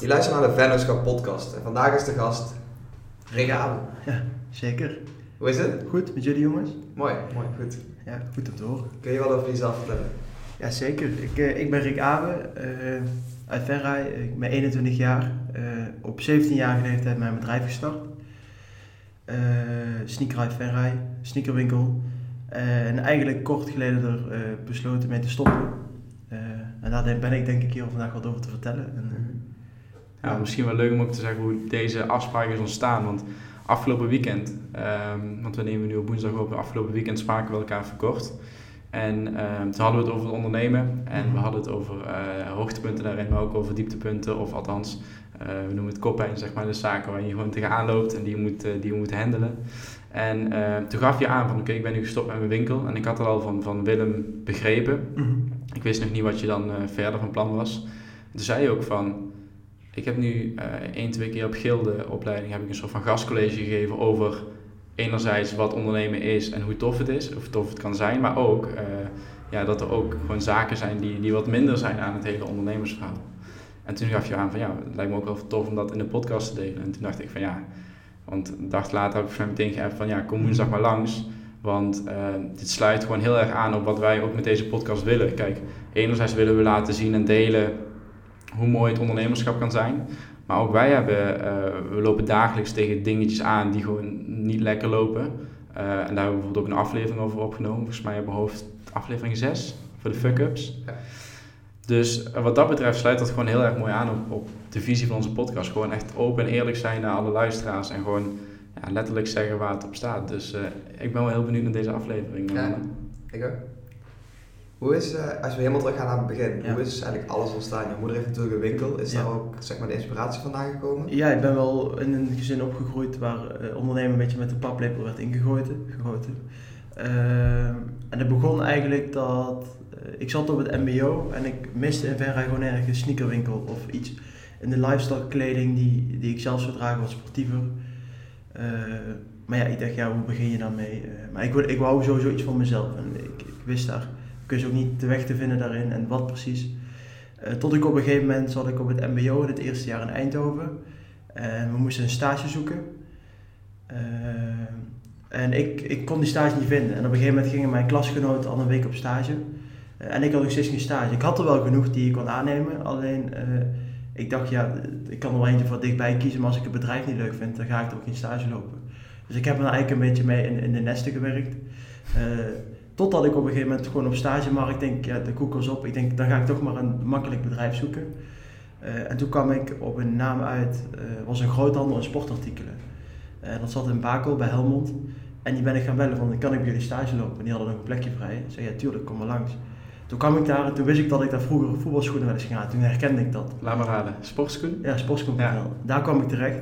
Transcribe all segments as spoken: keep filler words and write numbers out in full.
Je luistert naar de Vennootschap podcast en vandaag is de gast Rick Abe. Ja, zeker. Hoe is het? Goed, met jullie jongens? Mooi, mooi, goed. Ja, goed om te horen. Kun je wel over jezelf vertellen? Ja, zeker. Ik, uh, ik ben Rick Abe, uh, uit Venray. Ik ben eenentwintig jaar. Uh, op zeventienjarige leeftijd mijn bedrijf gestart. Uh, Sneaker uit Venray, sneakerwinkel. Uh, en eigenlijk kort geleden er uh, besloten mee te stoppen. Uh, en daar ben ik denk ik hier vandaag wat over te vertellen. En, uh, Ja, misschien wel leuk om ook te zeggen hoe deze afspraak is ontstaan. Want afgelopen weekend, um, want we nemen nu op woensdag op, afgelopen weekend spraken we elkaar verkort. En um, toen hadden we het over het ondernemen en we hadden het over uh, hoogtepunten daarin, maar ook over dieptepunten. Of althans, uh, we noemen het koppijn, zeg maar, de zaken waar je gewoon tegenaan loopt en die je moet, uh, die je moet handelen. En uh, toen gaf je aan van oké, okay, ik ben nu gestopt met mijn winkel en ik had er al van, van Willem begrepen. mm-hmm. Ik wist nog niet wat je dan uh, verder van plan was. Toen zei je ook van... Ik heb nu uh, één, twee keer op Gilde opleiding heb ik een soort van gastcollege gegeven over enerzijds wat ondernemen is en hoe tof het is, of tof het kan zijn, maar ook uh, ja, dat er ook gewoon zaken zijn die, die wat minder zijn aan het hele ondernemersverhaal. En toen gaf je aan van ja, het lijkt me ook wel tof om dat in de podcast te delen. En toen dacht ik van ja, want een dag later heb ik meteen geappt van ja, kom woensdag maar langs. Want uh, dit sluit gewoon heel erg aan op wat wij ook met deze podcast willen. Kijk, enerzijds willen we laten zien en delen hoe mooi het ondernemerschap kan zijn. Maar ook wij hebben, uh, we lopen dagelijks tegen dingetjes aan die gewoon niet lekker lopen. Uh, en daar hebben we bijvoorbeeld ook een aflevering over opgenomen. Volgens mij hebben we hoofd aflevering zes voor de fuck-ups. Ja. Dus uh, wat dat betreft sluit dat gewoon heel erg mooi aan op, op de visie van onze podcast. Gewoon echt open en eerlijk zijn naar alle luisteraars en gewoon ja, letterlijk zeggen waar het op staat. Dus uh, ik ben wel heel benieuwd naar deze aflevering. Ja, ik ook. Hoe is, uh, als we helemaal terug gaan naar het begin, ja. hoe is eigenlijk alles ontstaan? Je moeder heeft natuurlijk een winkel, is ja. daar ook zeg maar de inspiratie vandaan gekomen? Ja, ik ben wel in een gezin opgegroeid waar uh, ondernemen een beetje met de paplepel werd ingegoten. Gegoten. Uh, en het begon eigenlijk dat, uh, ik zat op het mbo en ik miste in Venray gewoon ergens een sneakerwinkel of iets in de lifestyle kleding die, die ik zelf zou dragen, wat sportiever. Uh, maar ja, ik dacht, ja, hoe begin je dan mee? Uh, maar ik, ik wou sowieso iets voor mezelf en ik, ik wist daar. Ik wist ook niet de weg te vinden daarin en wat precies. Uh, tot ik op een gegeven moment zat ik op het mbo in het eerste jaar in Eindhoven. En we moesten een stage zoeken. Uh, en ik, ik kon die stage niet vinden. En op een gegeven moment gingen mijn klasgenoten al een week op stage. Uh, en ik had nog steeds geen stage. Ik had er wel genoeg die ik kon aannemen. Alleen uh, ik dacht, ja, ik kan er wel eentje voor dichtbij kiezen. Maar als ik het bedrijf niet leuk vind, dan ga ik er ook geen stage lopen. Dus ik heb er eigenlijk een beetje mee in, in de nesten gewerkt. Uh, Totdat ik op een gegeven moment gewoon op stagemarkt denk, ja, de koek was op. Ik denk, dan ga ik toch maar een makkelijk bedrijf zoeken. Uh, en toen kwam ik op een naam uit, uh, was een groothandel in sportartikelen. Uh, dat zat in Bakel bij Helmond. En die ben ik gaan bellen van, kan ik bij jullie stage lopen? En die hadden nog een plekje vrij. Ik zei, ja tuurlijk, kom maar langs. Toen kwam ik daar en toen wist ik dat ik daar vroeger voetbalschoenen wel eens ging halen. Toen herkende ik dat. Laat maar raden, sportschoen? Ja, sportschoen. Ja. Daar kwam ik terecht.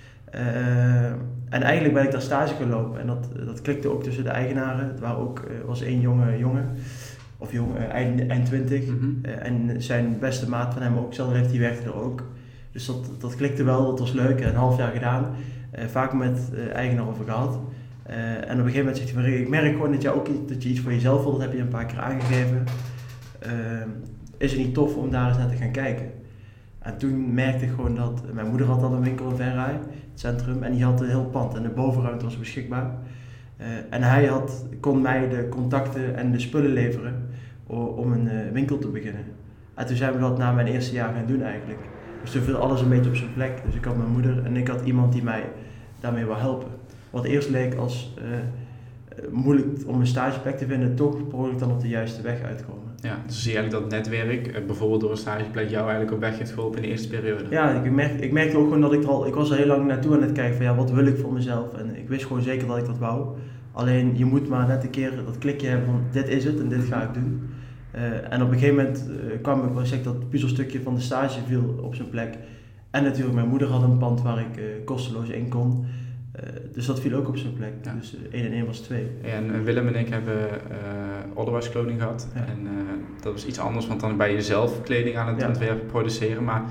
Uh, en eigenlijk ben ik daar stage gaan lopen en dat, dat klikte ook tussen de eigenaren. Het waren ook, uh, was één jonge jongen, of jong, uh, eind, eind twintig. Mm-hmm. Uh, en zijn beste maat van hem ook, zelf heeft, die werkte er ook. Dus dat, dat klikte wel, dat was leuk. Een half jaar gedaan, uh, vaak met uh, eigenaar over gehad. Uh, en op een gegeven moment zegt hij van, ik merk gewoon dat je ook dat je iets voor jezelf wil, dat heb je een paar keer aangegeven. Uh, is het niet tof om daar eens naar te gaan kijken? En toen merkte ik gewoon dat, mijn moeder had al een winkel in Venray, het centrum, en die had een heel pand en de bovenruimte was beschikbaar. Uh, en hij had, kon mij de contacten en de spullen leveren om een uh, winkel te beginnen. En toen zijn we dat na mijn eerste jaar gaan doen eigenlijk. Dus toen viel alles een beetje op zijn plek. Dus ik had mijn moeder en ik had iemand die mij daarmee wil helpen. Wat eerst leek als uh, uh, moeilijk om een stageplek te vinden, toch probeer ik dan op de juiste weg uitkomen. Ja, dus zie je eigenlijk dat netwerk, bijvoorbeeld door een stageplek, jou eigenlijk op weg heeft geholpen in de eerste periode? Ja, ik, merk, ik merkte ook gewoon dat ik er al, ik was er heel lang naartoe aan het kijken van ja, wat wil ik voor mezelf? En ik wist gewoon zeker dat ik dat wou. Alleen je moet maar net een keer dat klikje hebben van dit is het en dit ga ik doen. Uh, en op een gegeven moment uh, kwam ik, zeg, dat puzzelstukje van de stage viel op zijn plek. En natuurlijk mijn moeder had een pand waar ik uh, kosteloos in kon. Uh, dus dat viel ook op zijn plek. Ja. Dus één uh, en één was twee. Ja, en Willem en ik hebben uh, Otherwise kleding gehad. Ja. En uh, dat was iets anders, want dan ben je zelf kleding aan het ja. ontwerpen, produceren. Maar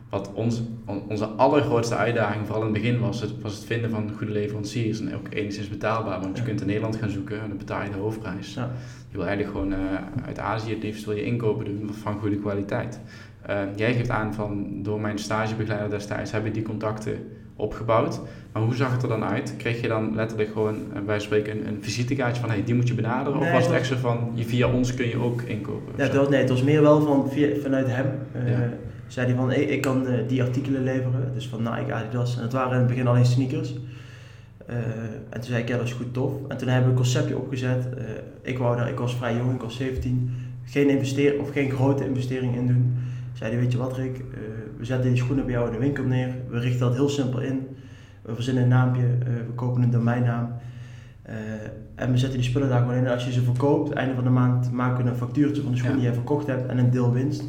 wat ons, on, onze allergrootste uitdaging vooral in het begin was, het, was het vinden van goede leveranciers en ook enigszins betaalbaar. Want je kunt in Nederland gaan zoeken en dan betaal je de hoofdprijs. Ja. Je wil eigenlijk gewoon uh, uit Azië het liefst wil je inkopen doen van goede kwaliteit. Uh, jij geeft aan van door mijn stagebegeleider destijds heb ik die contacten opgebouwd. Maar hoe zag het er dan uit? Kreeg je dan letterlijk gewoon uh, bij wijze van spreken een, een visitekaartje van hey, die moet je benaderen? Nee, of was het echt zo van via ons kun je ook inkopen? Ja, het was, nee, het was meer wel van, via, vanuit hem. Uh, ja. Zei hij van hey, ik kan uh, die artikelen leveren. Dus van Nike, Adidas. En het waren in het begin alleen sneakers. Uh, en toen zei ik ja dat is goed tof. En toen hebben we een conceptje opgezet. Uh, ik wou daar, ik was vrij jong, ik was zeventien. Geen investering of geen grote investering in doen. Zei hij weet je wat Rick, uh, we zetten die schoenen bij jou in de winkel neer. We richten dat heel simpel in. We verzinnen een naampje, uh, we kopen een domeinnaam. Uh, en we zetten die spullen daar gewoon in. En als je ze verkoopt, einde van de maand maken we een factuurtje van de schoenen ja. die je verkocht hebt en een deel winst.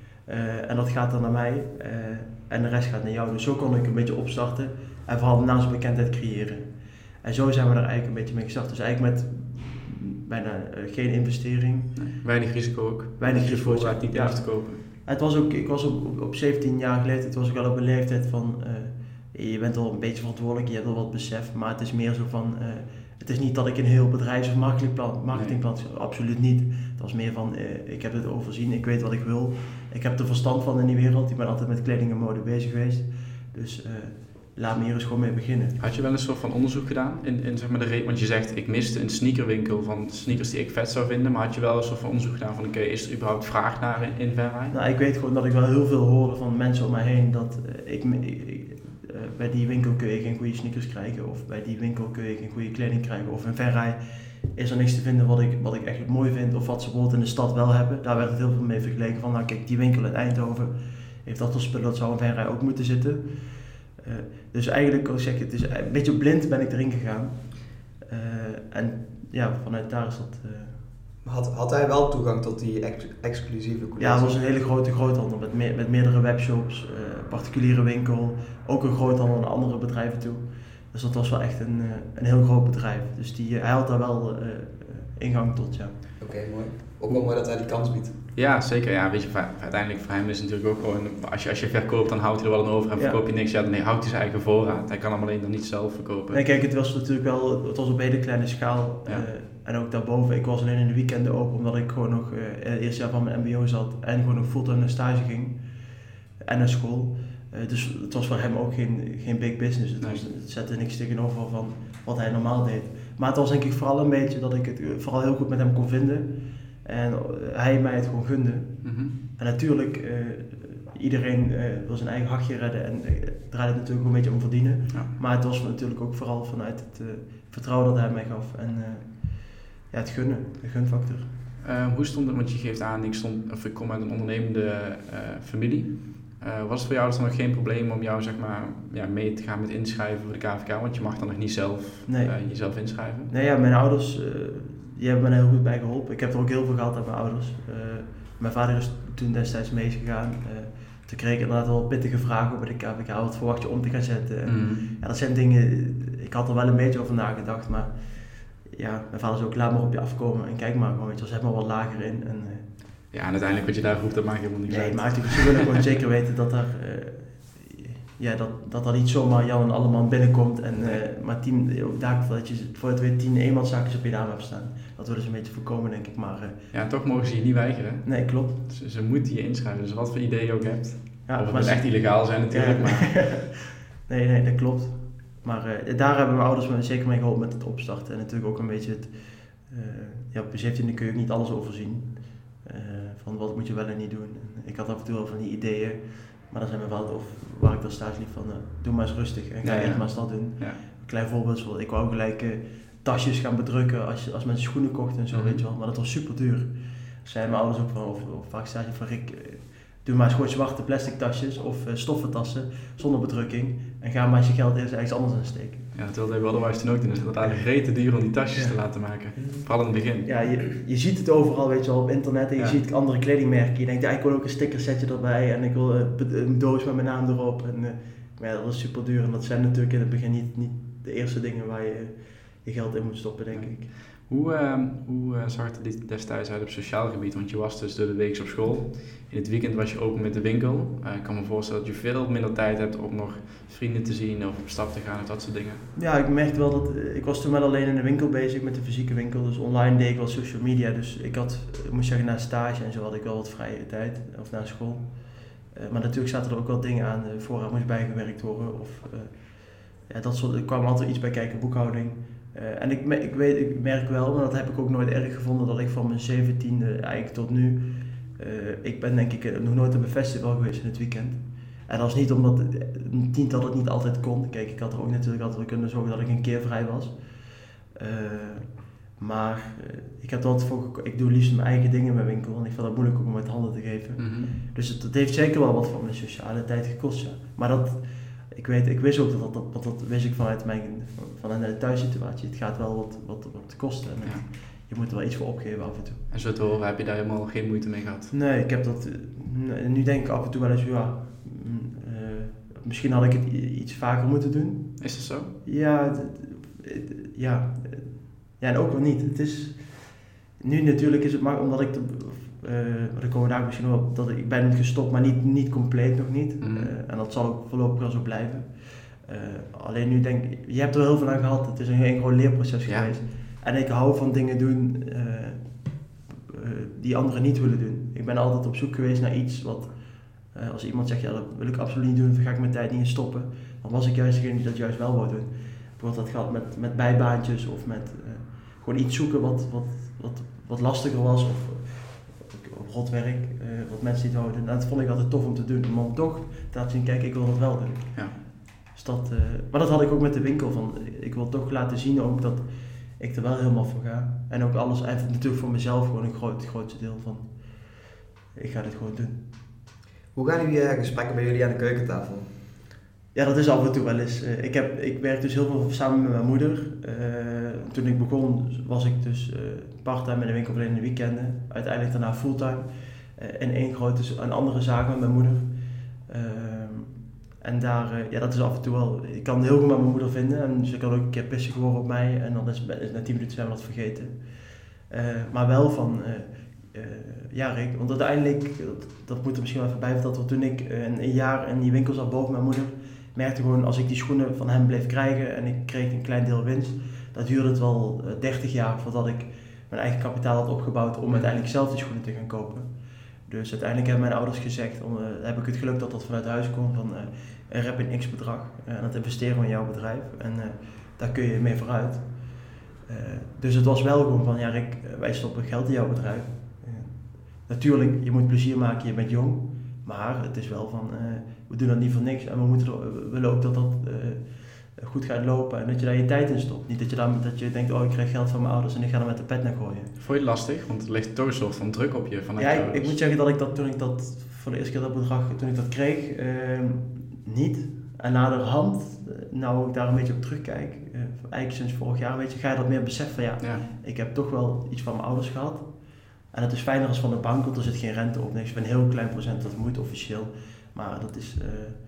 Uh, en dat gaat dan naar mij uh, en de rest gaat naar jou. Dus zo kon ik een beetje opstarten en vooral naast bekendheid creëren. En zo zijn we er eigenlijk een beetje mee gestart. Dus eigenlijk met bijna uh, geen investering. Nee, weinig risico ook. Weinig risico. Je voorraad niet ja. te kopen. Het was ook, ik was op, op, op zeventien jaar geleden, het was ook wel op een leeftijd van, uh, je bent al een beetje verantwoordelijk, je hebt al wat besef, maar het is meer zo van, uh, het is niet dat ik een heel bedrijfs- of marketingplan, marketingplan nee. absoluut niet. Het was meer van, uh, ik heb het overzien, ik weet wat ik wil, ik heb er verstand van in die wereld, ik ben altijd met kleding en mode bezig geweest, dus uh, laat me hier eens gewoon mee beginnen. Had je wel een soort van onderzoek gedaan in, in zeg maar de re- want je zegt ik miste een sneakerwinkel van sneakers die ik vet zou vinden, maar had je wel een soort van onderzoek gedaan van oké, okay, is er überhaupt vraag naar in, in Venray? Nou, ik weet gewoon dat ik wel heel veel hoorde van mensen om mij heen dat uh, ik, ik, ik uh, bij die winkel kun je geen goede sneakers krijgen of bij die winkel kun je geen goede kleding krijgen of in Venray is er niks te vinden wat ik, wat ik echt mooi vind of wat ze bijvoorbeeld in de stad wel hebben. Daar werd het heel veel mee vergeleken van nou kijk die winkel in Eindhoven heeft dat soort spullen, dat zou in Venray ook moeten zitten. Uh, dus eigenlijk, kan ik zeggen, het is een beetje blind ben ik erin gegaan. Uh, en ja, vanuit daar is dat... Uh... Had, had hij wel toegang tot die ex- exclusieve collectie? Ja, het was een hele grote groothandel met, me- met meerdere webshops, uh, particuliere winkel, ook een groothandel naar andere bedrijven toe. Dus dat was wel echt een, uh, een heel groot bedrijf. Dus die, uh, hij had daar wel uh, ingang tot, ja. Oké, okay, mooi. Ook wel mooi dat hij die kans biedt. Ja, zeker. Ja, weet je, uiteindelijk voor hem is het natuurlijk ook gewoon, als je, als je verkoopt dan houdt hij er wel een over en ja. verkoop je niks, ja, dan houdt hij zijn eigen voorraad. Hij kan hem alleen dan niet zelf verkopen. Nee, kijk, het was natuurlijk wel, het was op een hele kleine schaal ja. uh, en ook daarboven. Ik was alleen in de weekenden open omdat ik gewoon nog uh, in het eerste jaar van mijn mbo zat en gewoon nog fulltime naar stage ging en naar school. Uh, dus het was voor hem ook geen, geen big business. Het, nee. was, het zette niks tegenover van wat hij normaal deed. Maar het was denk ik vooral een beetje dat ik het vooral heel goed met hem kon vinden. En uh, hij mij het gewoon gunde. Mm-hmm. En natuurlijk, uh, iedereen uh, wil zijn eigen hachje redden en uh, draaide het natuurlijk ook een beetje om verdienen. Ja. Maar het was natuurlijk ook vooral vanuit het uh, vertrouwen dat hij mij gaf en uh, ja, het gunnen, de gunfactor. Uh, hoe stond het, want je geeft aan, ik, stond, of ik kom uit een ondernemende uh, familie. Uh, was het voor jou dus nog geen probleem om jou zeg maar, ja, mee te gaan met inschrijven voor de K V K? Want je mag dan nog niet zelf nee. uh, jezelf inschrijven. Nee, ja, mijn ouders uh, die hebben me er heel goed bij geholpen. Ik heb er ook heel veel gehad aan mijn ouders. Uh, mijn vader is toen destijds meegegaan. Uh, toen kreeg ik inderdaad wel pittige vragen over de K V K. Wat verwacht je om te gaan zetten? Mm. Ja, dat zijn dingen, ik had er wel een beetje over nagedacht. Maar ja, mijn vader zei ook, laat maar op je afkomen en kijk maar gewoon, weet je, zet maar wat lager in. En, uh, ja, en uiteindelijk wat je daar roept, dat maakt helemaal niks nee, uit. Nee, maar ze willen gewoon zeker weten dat er, uh, ja, dat, dat er niet zomaar Jan en Alleman binnenkomt en uh, maar tien, ook daar, dat je voor het weer tien eenmanszaakjes op je naam hebt staan. Dat willen ze een beetje voorkomen, denk ik. Maar, uh, ja, en toch mogen ze je niet weigeren. Nee, klopt. Ze, ze moeten je inschrijven, dus wat voor idee je ook hebt. Ja, of het moet echt illegaal zijn natuurlijk, ja. maar... nee, nee, dat klopt. Maar uh, daar hebben mijn ouders me zeker mee geholpen met het opstarten. En natuurlijk ook een beetje het... Uh, ja, op je zeventiende kun je ook niet alles overzien. Uh, van wat moet je wel en niet doen. En ik had af en toe wel van die ideeën. Maar dan zijn we wel, of waar ik dan stage liep van, uh, doe maar eens rustig en ga ja, ja. echt maar eens dat doen. Ja. Een klein voorbeeld, zoals ik wou gelijk uh, tasjes gaan bedrukken als, als mensen schoenen kochten en zo, mm-hmm. weet je wel. Maar dat was super duur. Zeiden mijn ouders ook van, of, of vaak stage van Rick, uh, doe maar eens gewoon zwarte plastic tasjes of uh, stoffen tassen zonder bedrukking. En ga maar eens je geld ergens anders aan steken. Ja, dat wilde ik wel toen ook doen. Dus dat is rete duur om die tasjes ja. te laten maken. Vooral in het begin. Ja, je, je ziet het overal, weet je wel, op internet en je ja. ziet andere kledingmerken. Je denkt, ja, ik wil ook een stickersetje erbij en ik wil uh, een doos met mijn naam erop. En, uh, maar ja, dat is super duur en dat zijn natuurlijk in het begin niet, niet de eerste dingen waar je je geld in moet stoppen, denk ik. Hoe, uh, hoe uh, zag het er destijds uit op sociaal gebied? Want je was dus door de week op school. In het weekend was je open met de winkel. Uh, ik kan me voorstellen dat je veel minder tijd hebt om nog vrienden te zien of op stap te gaan of dat soort dingen. Ja, ik merkte wel dat, ik was toen wel alleen in de winkel bezig met de fysieke winkel. Dus online deed ik wel social media. Dus ik had, ik moest zeggen, na stage en zo had ik wel wat vrije tijd. Of na school. Uh, maar natuurlijk zaten er ook wel dingen aan. Uh, vooraan moest bijgewerkt worden. Of uh, ja, dat soort, er kwam altijd iets bij kijken, boekhouding. Uh, en ik, ik, weet, ik merk wel, maar dat heb ik ook nooit erg gevonden, dat ik van mijn zeventiende eigenlijk tot nu, uh, ik ben denk ik nog nooit op een festival geweest in het weekend. En dat is niet omdat, niet dat het niet altijd kon. Kijk, ik had er ook natuurlijk altijd kunnen zorgen dat ik een keer vrij was. Uh, maar uh, ik heb er altijd voor, ik doe liefst mijn eigen dingen in mijn winkel, want ik vind dat moeilijk om met handen te geven. Mm-hmm. Dus het, het heeft zeker wel wat van mijn sociale tijd gekost, ja. Maar dat... Ik, weet, ik wist ook dat dat, dat, dat wist ik vanuit mijn van een thuissituatie. Het gaat wel wat, wat, wat kosten en ja. Je moet er wel iets voor opgeven af en toe. En zo te horen, heb je daar helemaal geen moeite mee gehad? Nee, ik heb dat, nu denk ik af en toe wel eens, ja, uh, misschien had ik het iets vaker moeten doen. Is dat zo? Ja, ja, ja en ook wel niet. Het is, nu natuurlijk is het maar omdat ik de, Uh, maar dan komen we daar misschien wel op, dat ik, ik ben gestopt, maar niet, niet compleet nog niet. Mm. Uh, en dat zal ook voorlopig wel zo blijven. Uh, alleen nu denk ik, je hebt er wel heel veel aan gehad, het is een heel groot leerproces ja. geweest. En ik hou van dingen doen uh, uh, die anderen niet willen doen. Ik ben altijd op zoek geweest naar iets wat, uh, als iemand zegt, ja dat wil ik absoluut niet doen, dan ga ik mijn tijd niet in stoppen. Dan was ik juist degene die dat juist wel wou doen. Bijvoorbeeld dat gaat met, met bijbaantjes of met uh, gewoon iets zoeken wat, wat, wat, wat lastiger was. Of, rotwerk, uh, wat mensen niet houden. En dat vond ik altijd tof om te doen, om dan toch te laten zien, kijk, ik wil dat wel doen. Ja. Dus dat, uh, maar dat had ik ook met de winkel, van, ik wil toch laten zien ook dat ik er wel helemaal voor ga. En ook alles, en natuurlijk voor mezelf gewoon een groot, het grootste deel van, ik ga dit gewoon doen. Hoe gaan die uh, gesprekken bij jullie aan de keukentafel? Ja, dat is af en toe wel eens. Uh, ik, heb, ik werk dus heel veel samen met mijn moeder. Uh, toen ik begon was ik dus uh, parttime in de winkel, alleen in de weekenden. Uiteindelijk daarna fulltime. Uh, in één grote, een andere zaak met mijn moeder. Uh, en daar, uh, ja dat is af en toe wel, ik kan heel goed met mijn moeder vinden. En ze kan ook een keer pissig worden op mij en dan is, is na tien minuten zijn we dat vergeten. Uh, maar wel van, uh, uh, ja Rick, want uiteindelijk, dat, dat moet er misschien wel even bij vertellen, dat toen ik uh, een, een jaar in die winkel zat boven mijn moeder, merkte gewoon als ik die schoenen van hem bleef krijgen en ik kreeg een klein deel winst, dat duurde het wel uh, dertig jaar voordat ik mijn eigen kapitaal had opgebouwd om uiteindelijk zelf die schoenen te gaan kopen. Dus uiteindelijk hebben mijn ouders gezegd, om, uh, heb ik het geluk dat dat vanuit huis komt, van uh, er heb een x bedrag uh, en dat investeren we in jouw bedrijf en uh, daar kun je mee vooruit. Uh, dus het was wel gewoon van, ja Rick, wij stoppen geld in jouw bedrijf. Uh, natuurlijk, je moet plezier maken, je bent jong, maar het is wel van, uh, we doen dat niet voor niks en we, moeten er, we willen ook dat dat uh, goed gaat lopen en dat je daar je tijd in stopt. Niet dat je, dan, dat je denkt, oh ik krijg geld van mijn ouders en ik ga er met de pet naar gooien. Vond je het lastig? Want er ligt toch een soort van druk op je vanuit ja, je ik, ouders. ik moet zeggen dat ik dat toen ik dat voor de eerste keer dat bedrag, toen ik dat kreeg, uh, niet. En naderhand, nou ik daar een beetje op terugkijk, uh, eigenlijk sinds vorig jaar, weet je, ga je dat meer beseffen van ja, ja, ik heb toch wel iets van mijn ouders gehad. En het is fijner als van de bank, want er zit geen rente op. Niks. Ik ben een heel klein procent, dat moet officieel. Maar dat is, uh,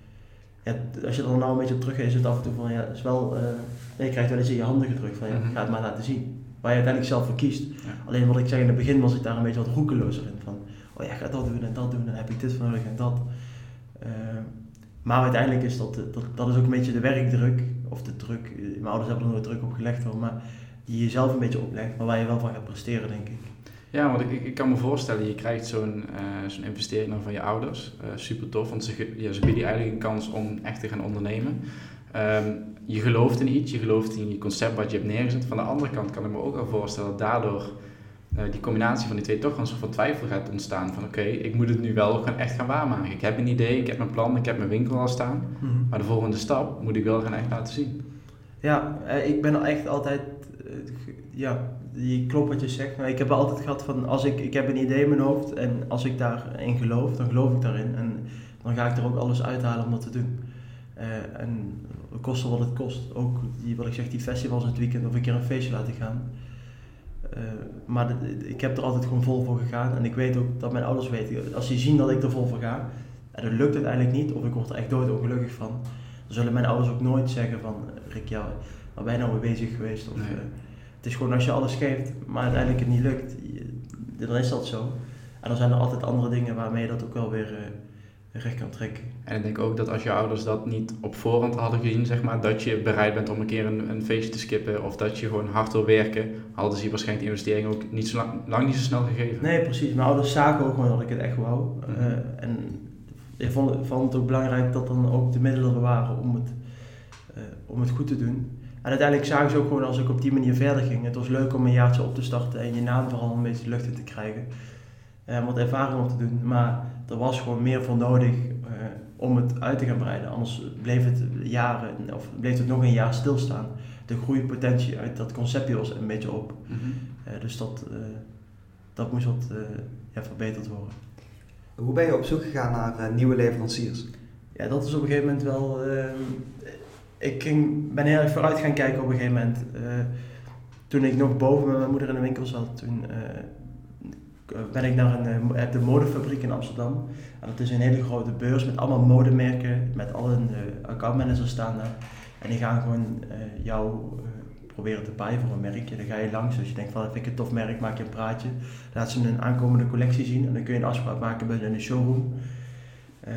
ja, als je er nou een beetje op terug gaat, is het af en toe van, ja, is wel, uh, je krijgt wel eens in je handen gedrukt van, ja, mm-hmm. ga het maar laten zien. Waar je uiteindelijk zelf voor kiest. Ja. Alleen wat ik zeg, in het begin was ik daar een beetje wat roekelozer in. Van, oh ja, ga dat doen en dat doen, dan heb ik dit voor nodig en dat. Uh, maar uiteindelijk is dat, dat, dat is ook een beetje de werkdruk, of de druk, mijn ouders hebben er nooit druk op gelegd hoor, maar die je zelf een beetje oplegt, maar waar je wel van gaat presteren, denk ik. Ja, want ik, ik kan me voorstellen, je krijgt zo'n, uh, zo'n investering dan van je ouders. Uh, super tof, want ze, ja, ze bieden eigenlijk een kans om echt te gaan ondernemen. Um, je gelooft in iets, je gelooft in je concept wat je hebt neergezet. Van de andere kant kan ik me ook wel voorstellen dat daardoor uh, die combinatie van die twee toch een soort van twijfel gaat ontstaan. Van oké, okay, ik moet het nu wel gaan echt gaan waarmaken. Ik heb een idee, ik heb mijn plan, ik heb mijn winkel al staan. Mm-hmm. Maar de volgende stap moet ik wel gaan echt laten zien. Ja, uh, ik ben al echt altijd... Uh, ja, die klopt wat je zegt, maar ik heb altijd gehad van als ik, ik heb een idee in mijn hoofd en als ik daarin geloof, dan geloof ik daarin en dan ga ik er ook alles uithalen om dat te doen. Uh, en koste wat het kost, ook die, wat ik zeg, die festivals in het weekend of een keer een feestje laten gaan. Uh, maar de, ik heb er altijd gewoon vol voor gegaan en ik weet ook dat mijn ouders weten, als die zien dat ik er vol voor ga en dat lukt uiteindelijk niet of ik word er echt doodongelukkig van, dan zullen mijn ouders ook nooit zeggen van Rick, ja, waar ben je nou mee bezig geweest? Of, nee. uh, Het is gewoon als je alles geeft, maar uiteindelijk het niet lukt, je, dan is dat zo. En dan zijn er altijd andere dingen waarmee je dat ook wel weer uh, recht kan trekken. En ik denk ook dat als je ouders dat niet op voorhand hadden gezien, zeg maar, dat je bereid bent om een keer een, een feestje te skippen of dat je gewoon hard wil werken, hadden ze je waarschijnlijk de investering ook niet zo lang, lang niet zo snel gegeven. Nee, precies. Mijn ouders zagen ook gewoon dat ik het echt wou. Mm-hmm. Uh, en ik vond, vond het ook belangrijk dat dan ook de middelen er waren om het, uh, om het goed te doen. En uiteindelijk zagen ze ook gewoon als ik op die manier verder ging. Het was leuk om een jaartje op te starten en je naam vooral een beetje de lucht in te krijgen. Uh, wat ervaring op te doen. Maar er was gewoon meer voor nodig uh, om het uit te gaan breiden. Anders bleef het jaren, of bleef het nog een jaar stilstaan. De groeipotentie uit dat conceptje was een beetje op. Mm-hmm. Uh, dus dat, uh, dat moest wat uh, ja, verbeterd worden. Hoe ben je op zoek gegaan naar uh, nieuwe leveranciers? Ja, dat is op een gegeven moment wel... Uh, ik ging, ben heel erg vooruit gaan kijken op een gegeven moment. Uh, toen ik nog boven met mijn moeder in de winkel zat, toen uh, ben ik naar een, uh, de modefabriek in Amsterdam. En dat is een hele grote beurs met allemaal modemerken, met alle uh, accountmanagers staan daar. En die gaan gewoon uh, jou uh, proberen te paaien voor een merkje. Dan ga je langs, als je denkt van vind ik een tof merk, maak je een praatje. Laat ze een aankomende collectie zien en dan kun je een afspraak maken bij de showroom. Uh,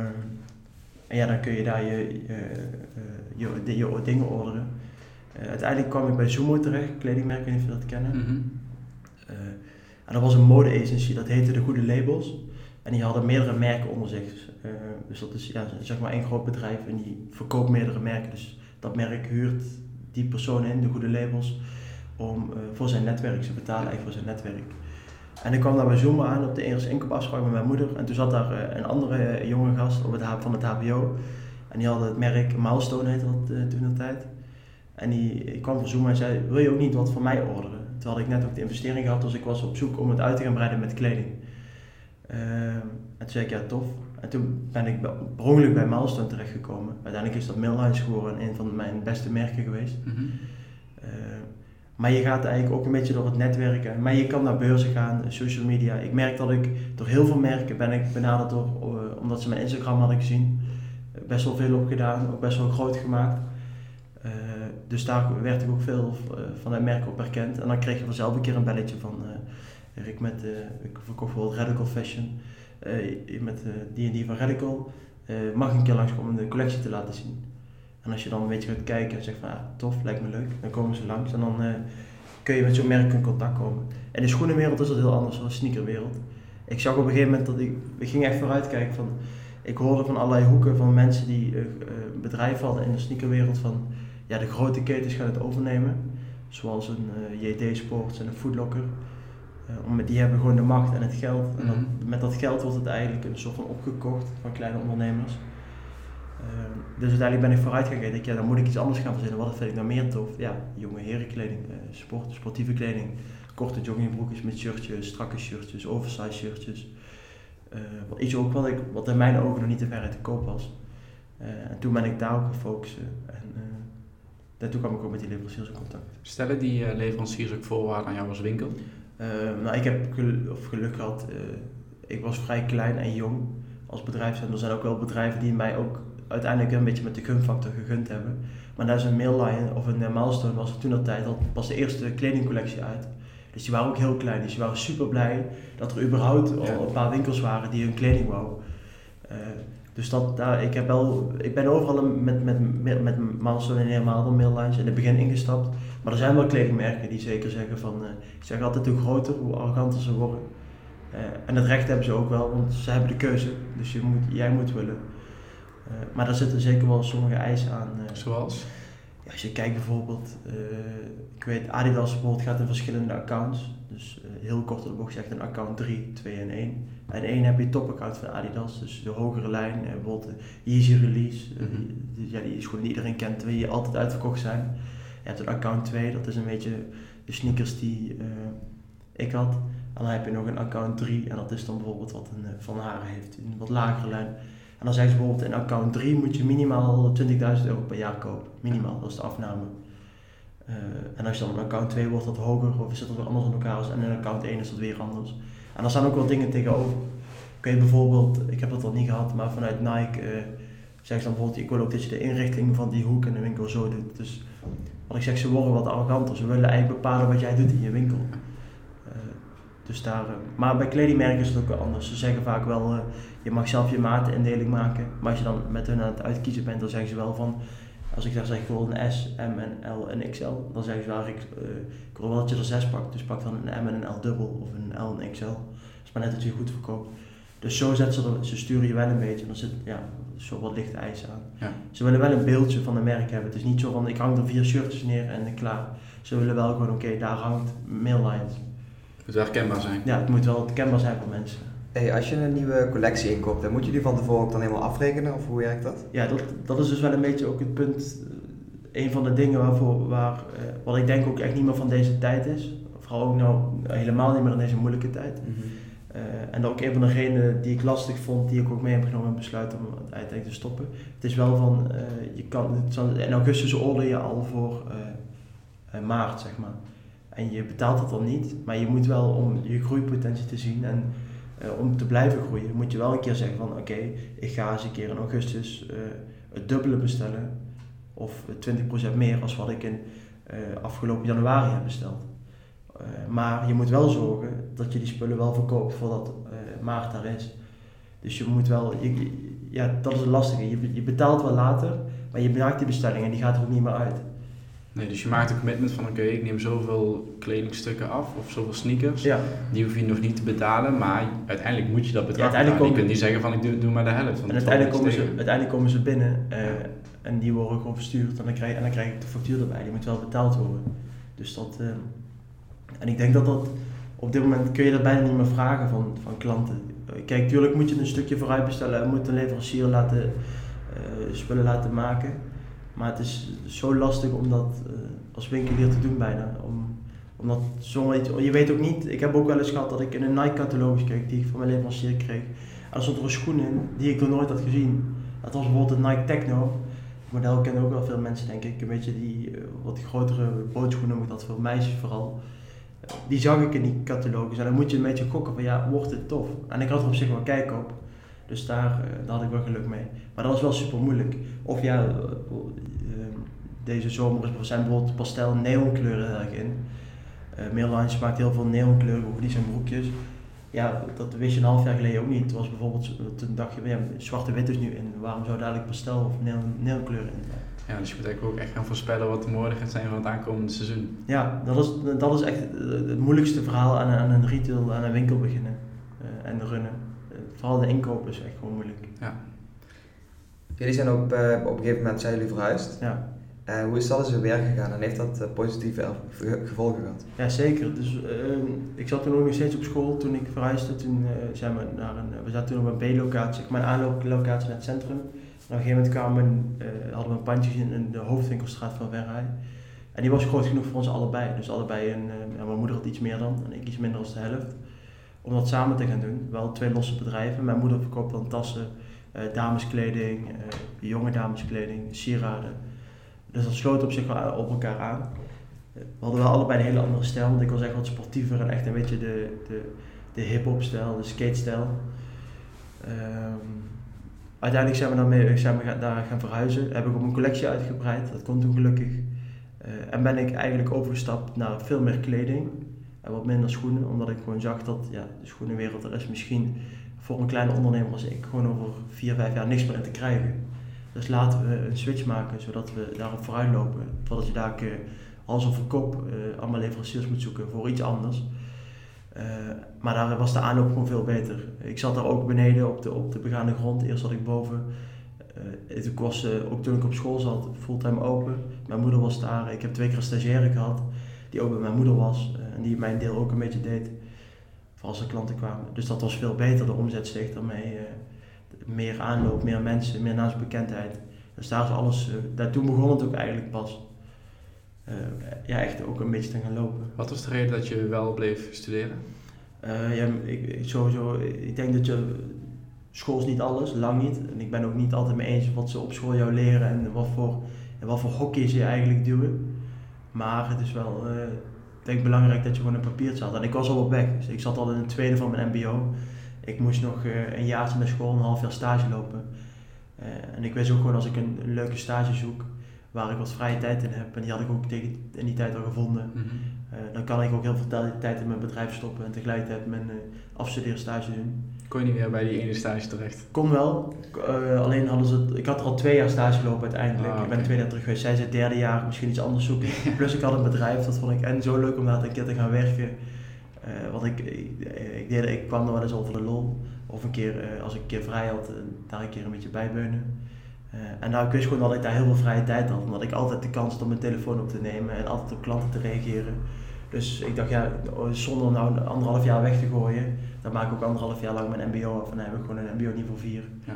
en ja, dan kun je daar je, je, je, je, je dingen orderen. Uh, uiteindelijk kwam ik bij Zumo terecht, kledingmerk, ik weet niet of je dat kennen. Mm-hmm. Uh, en dat was een mode-agency, dat heette De Goede Labels. En die hadden meerdere merken onder zich. Uh, dus dat is ja, zeg maar één groot bedrijf en die verkoopt meerdere merken. Dus dat merk huurt die persoon in, De Goede Labels, om, uh, voor zijn netwerk. Ze betalen eigenlijk voor zijn netwerk. En ik kwam daar bij Zumo aan op de eerste inkoopafspraak met mijn moeder. En toen zat daar uh, een andere uh, jonge gast op het, van het H B O. En die had het merk Milestone, heette dat uh, toen de tijd. En die, ik kwam van Zumo en zei, wil je ook niet wat voor mij orderen? Toen had ik net ook de investering gehad, dus ik was op zoek om het uit te gaan breiden met kleding. Uh, en toen zei ik, ja tof. En toen ben ik per ongeluk bij Milestone terechtgekomen. Uiteindelijk is dat Millhouse geworden en een van mijn beste merken geweest. Mm-hmm. Uh, maar je gaat eigenlijk ook een beetje door het netwerken. Maar je kan naar beurzen gaan, social media. Ik merk dat ik door heel veel merken ben ik benaderd door, uh, omdat ze mijn Instagram hadden gezien. Uh, best wel veel op gedaan, ook best wel groot gemaakt. Uh, dus daar werd ik ook veel uh, van het merk op herkend. En dan kreeg je vanzelf een keer een belletje van uh, Rick met, uh, ik verkocht bijvoorbeeld Radical Fashion. Uh, met uh, die en die van Radical. Uh, mag ik een keer langskomen om de collectie te laten zien. En als je dan een beetje gaat kijken en zegt van ah, tof, lijkt me leuk, dan komen ze langs en dan uh, kun je met zo'n merk in contact komen. En in de schoenenwereld is dat heel anders dan de sneakerwereld. Ik zag op een gegeven moment dat ik, ik ging echt vooruit kijken van, ik hoorde van allerlei hoeken van mensen die uh, uh, bedrijven hadden in de sneakerwereld van, ja de grote ketens gaan het overnemen. Zoals een uh, J D Sports en een Foot Locker. Uh, die hebben gewoon de macht en het geld. En dan, met dat geld wordt het eigenlijk een soort van opgekocht van kleine ondernemers. Uh, dus uiteindelijk ben ik vooruit gegaan. Ik, ja, dan moet ik iets anders gaan verzinnen. Wat vind ik nou meer tof? Ja, jonge herenkleding, uh, sport, sportieve kleding. Korte joggingbroekjes met shirtjes, strakke shirtjes, oversized shirtjes. Uh, wat, iets ook wat, ik, wat in mijn ogen nog niet te ver uit de koop was. Uh, en toen ben ik daar ook gefocust. En uh, toen kwam ik ook met die leveranciers in contact. Stellen die uh, leveranciers ook voorwaarden aan jou als winkel? Uh, nou, ik heb gel- of geluk gehad. Uh, ik was vrij klein en jong als bedrijf. En er zijn ook wel bedrijven die mij ook uiteindelijk een beetje met de gunfactor gegund hebben. Maar daar is een Mailline of een uh, Milestone was er toen dat tijd al pas de eerste kledingcollectie uit. Dus die waren ook heel klein. Dus die waren super blij dat er überhaupt ja. al een paar winkels waren die hun kleding wou. Uh, dus dat, daar, ik, heb wel, ik ben overal met, met, met, met Milestone en helemaal de Maillines in het begin ingestapt. Maar er zijn wel kledingmerken die zeker zeggen van, uh, ik zeg altijd hoe groter, hoe arroganter ze worden. Uh, en het recht hebben ze ook wel, want ze hebben de keuze. Dus je moet, jij moet willen. Uh, maar daar zitten zeker wel sommige eisen aan. Uh, Zoals? Ja, als je kijkt bijvoorbeeld, uh, ik weet Adidas bijvoorbeeld gaat in verschillende accounts. Dus uh, heel kort op de bocht zegt een account drie, twee en één. En één heb je topaccount van Adidas, dus de hogere lijn, uh, bijvoorbeeld de Yeezy Release. Uh, mm-hmm. die, ja, die schoenen die iedereen kent, die altijd uitverkocht zijn. Je hebt een account twee, dat is een beetje de sneakers die uh, ik had. En dan heb je nog een account drie en dat is dan bijvoorbeeld wat een uh, Van Haren heeft, een wat lagere lijn. En dan zeggen ze bijvoorbeeld in account drie moet je minimaal twintigduizend euro per jaar kopen. Minimaal, dat is de afname. Uh, en als je dan een account twee wordt dat hoger of zit dat weer anders in elkaar en in account één is dat weer anders. En daar staan ook wel dingen tegenover. Ik weet bijvoorbeeld, ik heb dat al niet gehad, maar vanuit Nike uh, zeggen ze dan bijvoorbeeld, ik wil ook dat je de inrichting van die hoek in de winkel zo doet. Dus wat ik zeg, ze worden wat arroganter. Ze willen eigenlijk bepalen wat jij doet in je winkel. Uh, dus daar, uh, maar bij kledingmerken is het ook wel anders. Ze zeggen vaak wel, uh, je mag zelf je matenindeling maken. Maar als je dan met hun aan het uitkiezen bent, dan zeggen ze wel van, als ik daar zeg, ik wil een S, M en L en X L. Dan zeggen ze wel, ik, uh, ik wil wel dat je er zes pakt. Dus pak dan een M en een L dubbel of een L en een X L. Dat is maar net dat je goed verkoopt. Dus zo zetten ze, er, ze sturen je wel een beetje, dan zit ja, zo wat lichte eisen aan. Ja. Ze willen wel een beeldje van een merk hebben. Het is niet zo van, ik hang er vier shirtjes neer en klaar. Ze willen wel gewoon, oké, okay, daar hangt Maillions. Het moet wel herkenbaar zijn. Ja, het moet wel herkenbaar zijn voor mensen. Hey, als je een nieuwe collectie inkoopt, dan moet je die van tevoren ook dan helemaal afrekenen, of hoe werkt dat? Ja, dat, dat is dus wel een beetje ook het punt, een van de dingen waarvoor, waar, uh, wat ik denk ook echt niet meer van deze tijd is. Vooral ook nou helemaal niet meer in deze moeilijke tijd. Mm-hmm. Uh, en dat ook een van de redenen die ik lastig vond, die ik ook mee heb genomen in het besluit om het uiteindelijk te stoppen. Het is wel van, uh, je kan, in augustus order je al voor uh, uh, maart, zeg maar. En je betaalt het dan niet, maar je moet wel, om je groeipotentie te zien en uh, om te blijven groeien, moet je wel een keer zeggen van oké, okay, ik ga eens een keer in augustus uh, het dubbele bestellen. Of twintig procent meer als wat ik in uh, afgelopen januari heb besteld. Uh, maar je moet wel zorgen dat je die spullen wel verkoopt voordat uh, maart daar is. Dus je moet wel, je, ja dat is het lastige, je, je betaalt wel later, maar je maakt die bestelling en die gaat er ook niet meer uit. Nee, dus je maakt een commitment van oké, okay, ik neem zoveel kledingstukken af of zoveel sneakers. Ja. Die hoef je nog niet te betalen, maar uiteindelijk moet je dat bedrag ja, betalen. Je kunt niet zeggen van ik doe, doe maar de helft. En uiteindelijk komen, ze, uiteindelijk komen ze binnen uh, en die worden gewoon verstuurd en dan, krijg, en dan krijg ik de factuur erbij, die moet wel betaald worden. Dus dat, uh, en ik denk dat dat, op dit moment kun je dat bijna niet meer vragen van, van klanten. Uh, kijk, tuurlijk moet je een stukje vooruit bestellen en moet een leverancier laten, uh, spullen laten maken. Maar het is zo lastig om dat uh, als winkelier te doen bijna. Om, omdat zomaar iets, je weet ook niet, ik heb ook wel eens gehad dat ik in een Nike-catalogus keek die ik van mijn leverancier kreeg. En er stond er een schoen in die ik nog nooit had gezien. Dat was bijvoorbeeld een Nike Techno. Het model kennen ook wel veel mensen denk ik, een beetje die uh, wat grotere bootschoenen, moet dat voor meisjes vooral. Uh, die zag ik in die catalogus en dan moet je een beetje gokken van ja, wordt het tof? En ik had er op zich wel kijk op. Dus daar, uh, daar had ik wel geluk mee. Maar dat was wel super moeilijk. Of ja, uh, uh, deze zomer zijn bijvoorbeeld pastel en neonkleuren heel erg in. Uh, Maillions maakt heel veel neonkleuren, die zijn broekjes. Ja, dat wist je een half jaar geleden ook niet. Het was bijvoorbeeld, toen dacht je, ja, zwarte-wit is nu in. Waarom zou dadelijk pastel of neon, neonkleuren in zijn? Ja, dus je moet eigenlijk ook echt gaan voorspellen wat de mode gaat zijn van het aankomende seizoen. Ja, dat is, dat is echt het moeilijkste verhaal aan, aan een retail, aan een winkel beginnen uh, en runnen. Vooral de inkoop is echt gewoon moeilijk. Ja. Jullie zijn op, uh, op een gegeven moment zijn jullie verhuisd. Ja. Uh, hoe is dat in zijn werk gegaan en heeft dat uh, positieve gevolgen gehad? Ja, zeker. Dus, uh, ik zat toen ook nog steeds op school toen ik verhuisde. Toen, uh, zijn we, naar een, we zaten toen op een B-locatie, mijn aanlooplocatie naar het centrum. En op een gegeven moment kwamen, uh, hadden we een pandje in, in de hoofdwinkelstraat van Verrij. En die was groot genoeg voor ons allebei. Dus allebei, een, uh, ja, mijn moeder had iets meer dan en ik iets minder dan de helft. Om dat samen te gaan doen. Wel twee losse bedrijven. Mijn moeder verkoopt dan tassen, uh, dameskleding, uh, jonge dameskleding, sieraden. Dus dat sloot op zich wel op elkaar aan. We hadden wel allebei een hele andere stijl, want ik was echt wat sportiever en echt een beetje de, de, de hip-hop stijl, de skate stijl. Um, uiteindelijk zijn we, daarmee, zijn we daar gaan verhuizen. Heb ik op een collectie uitgebreid, dat kon toen gelukkig. Uh, en ben ik eigenlijk overgestapt naar veel meer kleding en wat minder schoenen, omdat ik gewoon zag dat ja, de schoenenwereld er is misschien voor een kleine ondernemer als ik gewoon over vier, vijf jaar niks meer in te krijgen. Dus laten we een switch maken, zodat we daarop vooruit lopen. Voordat je daar uh, als een verkoop uh, allemaal leveranciers moet zoeken voor iets anders. Uh, maar daar was de aanloop gewoon veel beter. Ik zat daar ook beneden op de, op de begaande grond. Eerst zat ik boven. Uh, ik was, uh, ook toen ik op school zat, fulltime open. Mijn moeder was daar. Ik heb twee keer een stagiaire gehad die ook bij mijn moeder was. Uh, en die mijn deel ook een beetje deed. Voor als er klanten kwamen. Dus dat was veel beter. De omzet steeg daarmee. Uh, meer aanloop, meer mensen, meer naamsbekendheid. Dus daar is alles, uh, daar toen begon het ook eigenlijk pas. Uh, ja, echt ook een beetje te gaan lopen. Wat was de reden dat je wel bleef studeren? Uh, ja, ik, ik, sowieso, ik denk dat je, school is niet alles, lang niet. En ik ben ook niet altijd mee eens wat ze op school jou leren en wat voor, en wat voor hokjes je eigenlijk duwen. Maar het is wel, uh, ik denk belangrijk dat je gewoon een papiertje had. En ik was al op weg, dus ik zat al in het tweede van mijn M B O. Ik moest nog uh, een jaartje naar school, een half jaar stage lopen. Uh, en ik wist ook gewoon als ik een, een leuke stage zoek, waar ik wat vrije tijd in heb, en die had ik ook tegen, in die tijd al gevonden, mm-hmm. uh, dan kan ik ook heel veel tijd in mijn bedrijf stoppen en tegelijkertijd mijn uh, afstudeerstage doen. Kon je niet meer bij die ene stage terecht? Kon wel, uh, alleen hadden ze het, ik had er al twee jaar stage gelopen uiteindelijk. Ah, okay. Ik ben twee jaar terug geweest, zij zei het derde jaar misschien iets anders zoeken. Plus ik had een bedrijf, dat vond ik en zo leuk om daar een keer te gaan werken. Uh, want ik, ik, ik, deed, ik kwam er wel eens over de lol, of een keer uh, als ik een keer vrij had, uh, daar een keer een beetje bijbeunen. Uh, en nou, ik wist gewoon dat ik daar heel veel vrije tijd had, omdat ik altijd de kans had om mijn telefoon op te nemen en altijd op klanten te reageren. Dus ik dacht, ja, zonder nou anderhalf jaar weg te gooien, dan maak ik ook anderhalf jaar lang mijn M B O af en dan heb ik gewoon een M B O niveau vier. Ja.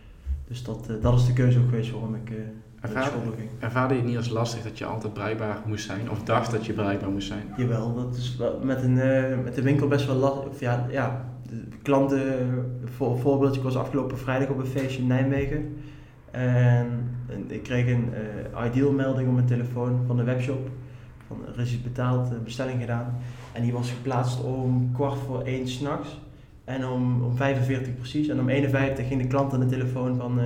Dus dat, uh, dat is de keuze ook geweest waarom ik uh, naar school ging. Ervaarde je het niet als lastig dat je altijd bereikbaar moest zijn, of dacht dat je bereikbaar moest zijn? Jawel, dat is wel met, een, uh, met de winkel best wel lastig. Ja, ja, de klanten, voor, voorbeeldje, ik was afgelopen vrijdag op een feestje in Nijmegen. En, en ik kreeg een uh, ideal melding op mijn telefoon van de webshop. Van, er is iets betaald, een bestelling gedaan. En die was geplaatst om kwart voor één 's nachts. En om, om vijfenveertig precies. En om eenenvijftig ging de klant aan de telefoon van... Uh,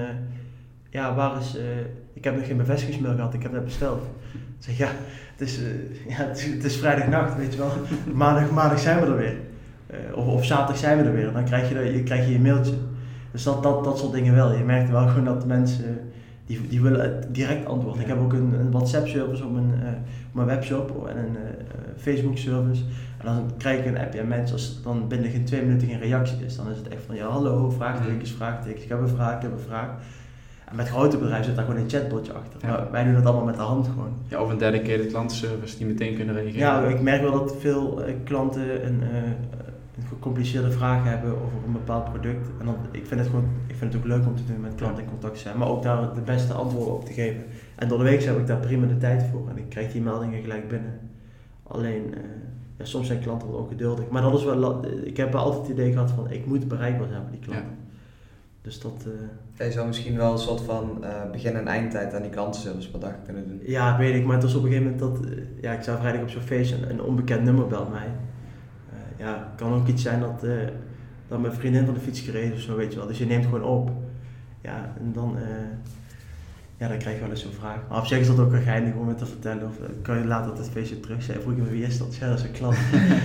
ja, waar is... Uh, ik heb nog geen bevestigingsmail gehad, ik heb net besteld. Ik zeg, ja, het is, uh, ja, het is, het is vrijdagnacht, weet je wel. Maandag, maandag zijn we er weer. Uh, of, of zaterdag zijn we er weer. Dan krijg je, de, je, krijg je je mailtje. Dus dat, dat, dat soort dingen wel. Je merkt wel gewoon dat de mensen... Die, die willen direct antwoord. Ja. Ik heb ook een, een WhatsApp-service op mijn, uh, op mijn webshop en een uh, Facebook-service. En dan krijg ik een appje en mensen, als dan binnen geen twee minuten geen reactie is, dan is het echt van ja, hallo, vraagtekens, vraagtekens, ik heb een vraag, ik heb een vraag. En met grote bedrijven zit daar gewoon een chatbotje achter. Ja. Maar wij doen dat allemaal met de hand gewoon. Ja, of een dedicated klantenservice die meteen kunnen reageren. Ja, ik merk wel dat veel uh, klanten een, uh, een gecompliceerde vraag hebben over een bepaald product. En dan, ik, vind het gewoon, ik vind het ook leuk om te doen met klanten in contact te zijn, maar ook daar de beste antwoorden op te geven. En door de week heb ik daar prima de tijd voor en ik krijg die meldingen gelijk binnen. Alleen, uh, ja, soms zijn klanten wel ongeduldig. Maar dat is wel, ik heb altijd het idee gehad van ik moet bereikbaar zijn voor die klanten. Ja. Dus dat... Uh, ja, je zou misschien wel een soort van uh, begin- en eindtijd aan die klantenservice per dag kunnen doen. Ja, weet ik, maar het was op een gegeven moment dat... Uh, ja, ik zou vrijdag op zo'n feestje een, een onbekend nummer belt mij. Uh, ja, het kan ook iets zijn dat, uh, dat mijn vriendin van de fiets gereden is of zo, weet je wel. Dus je neemt gewoon op. Ja, en dan... Uh, ja, dan krijg je wel eens zo'n vraag. Maar op zich is dat ook wel geinig om het te vertellen. Of uh, kan je later op het feestje terug zeggen. Vroeg je me, wie is dat? Ja, dat is een klant.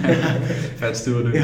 Vet stoer doen.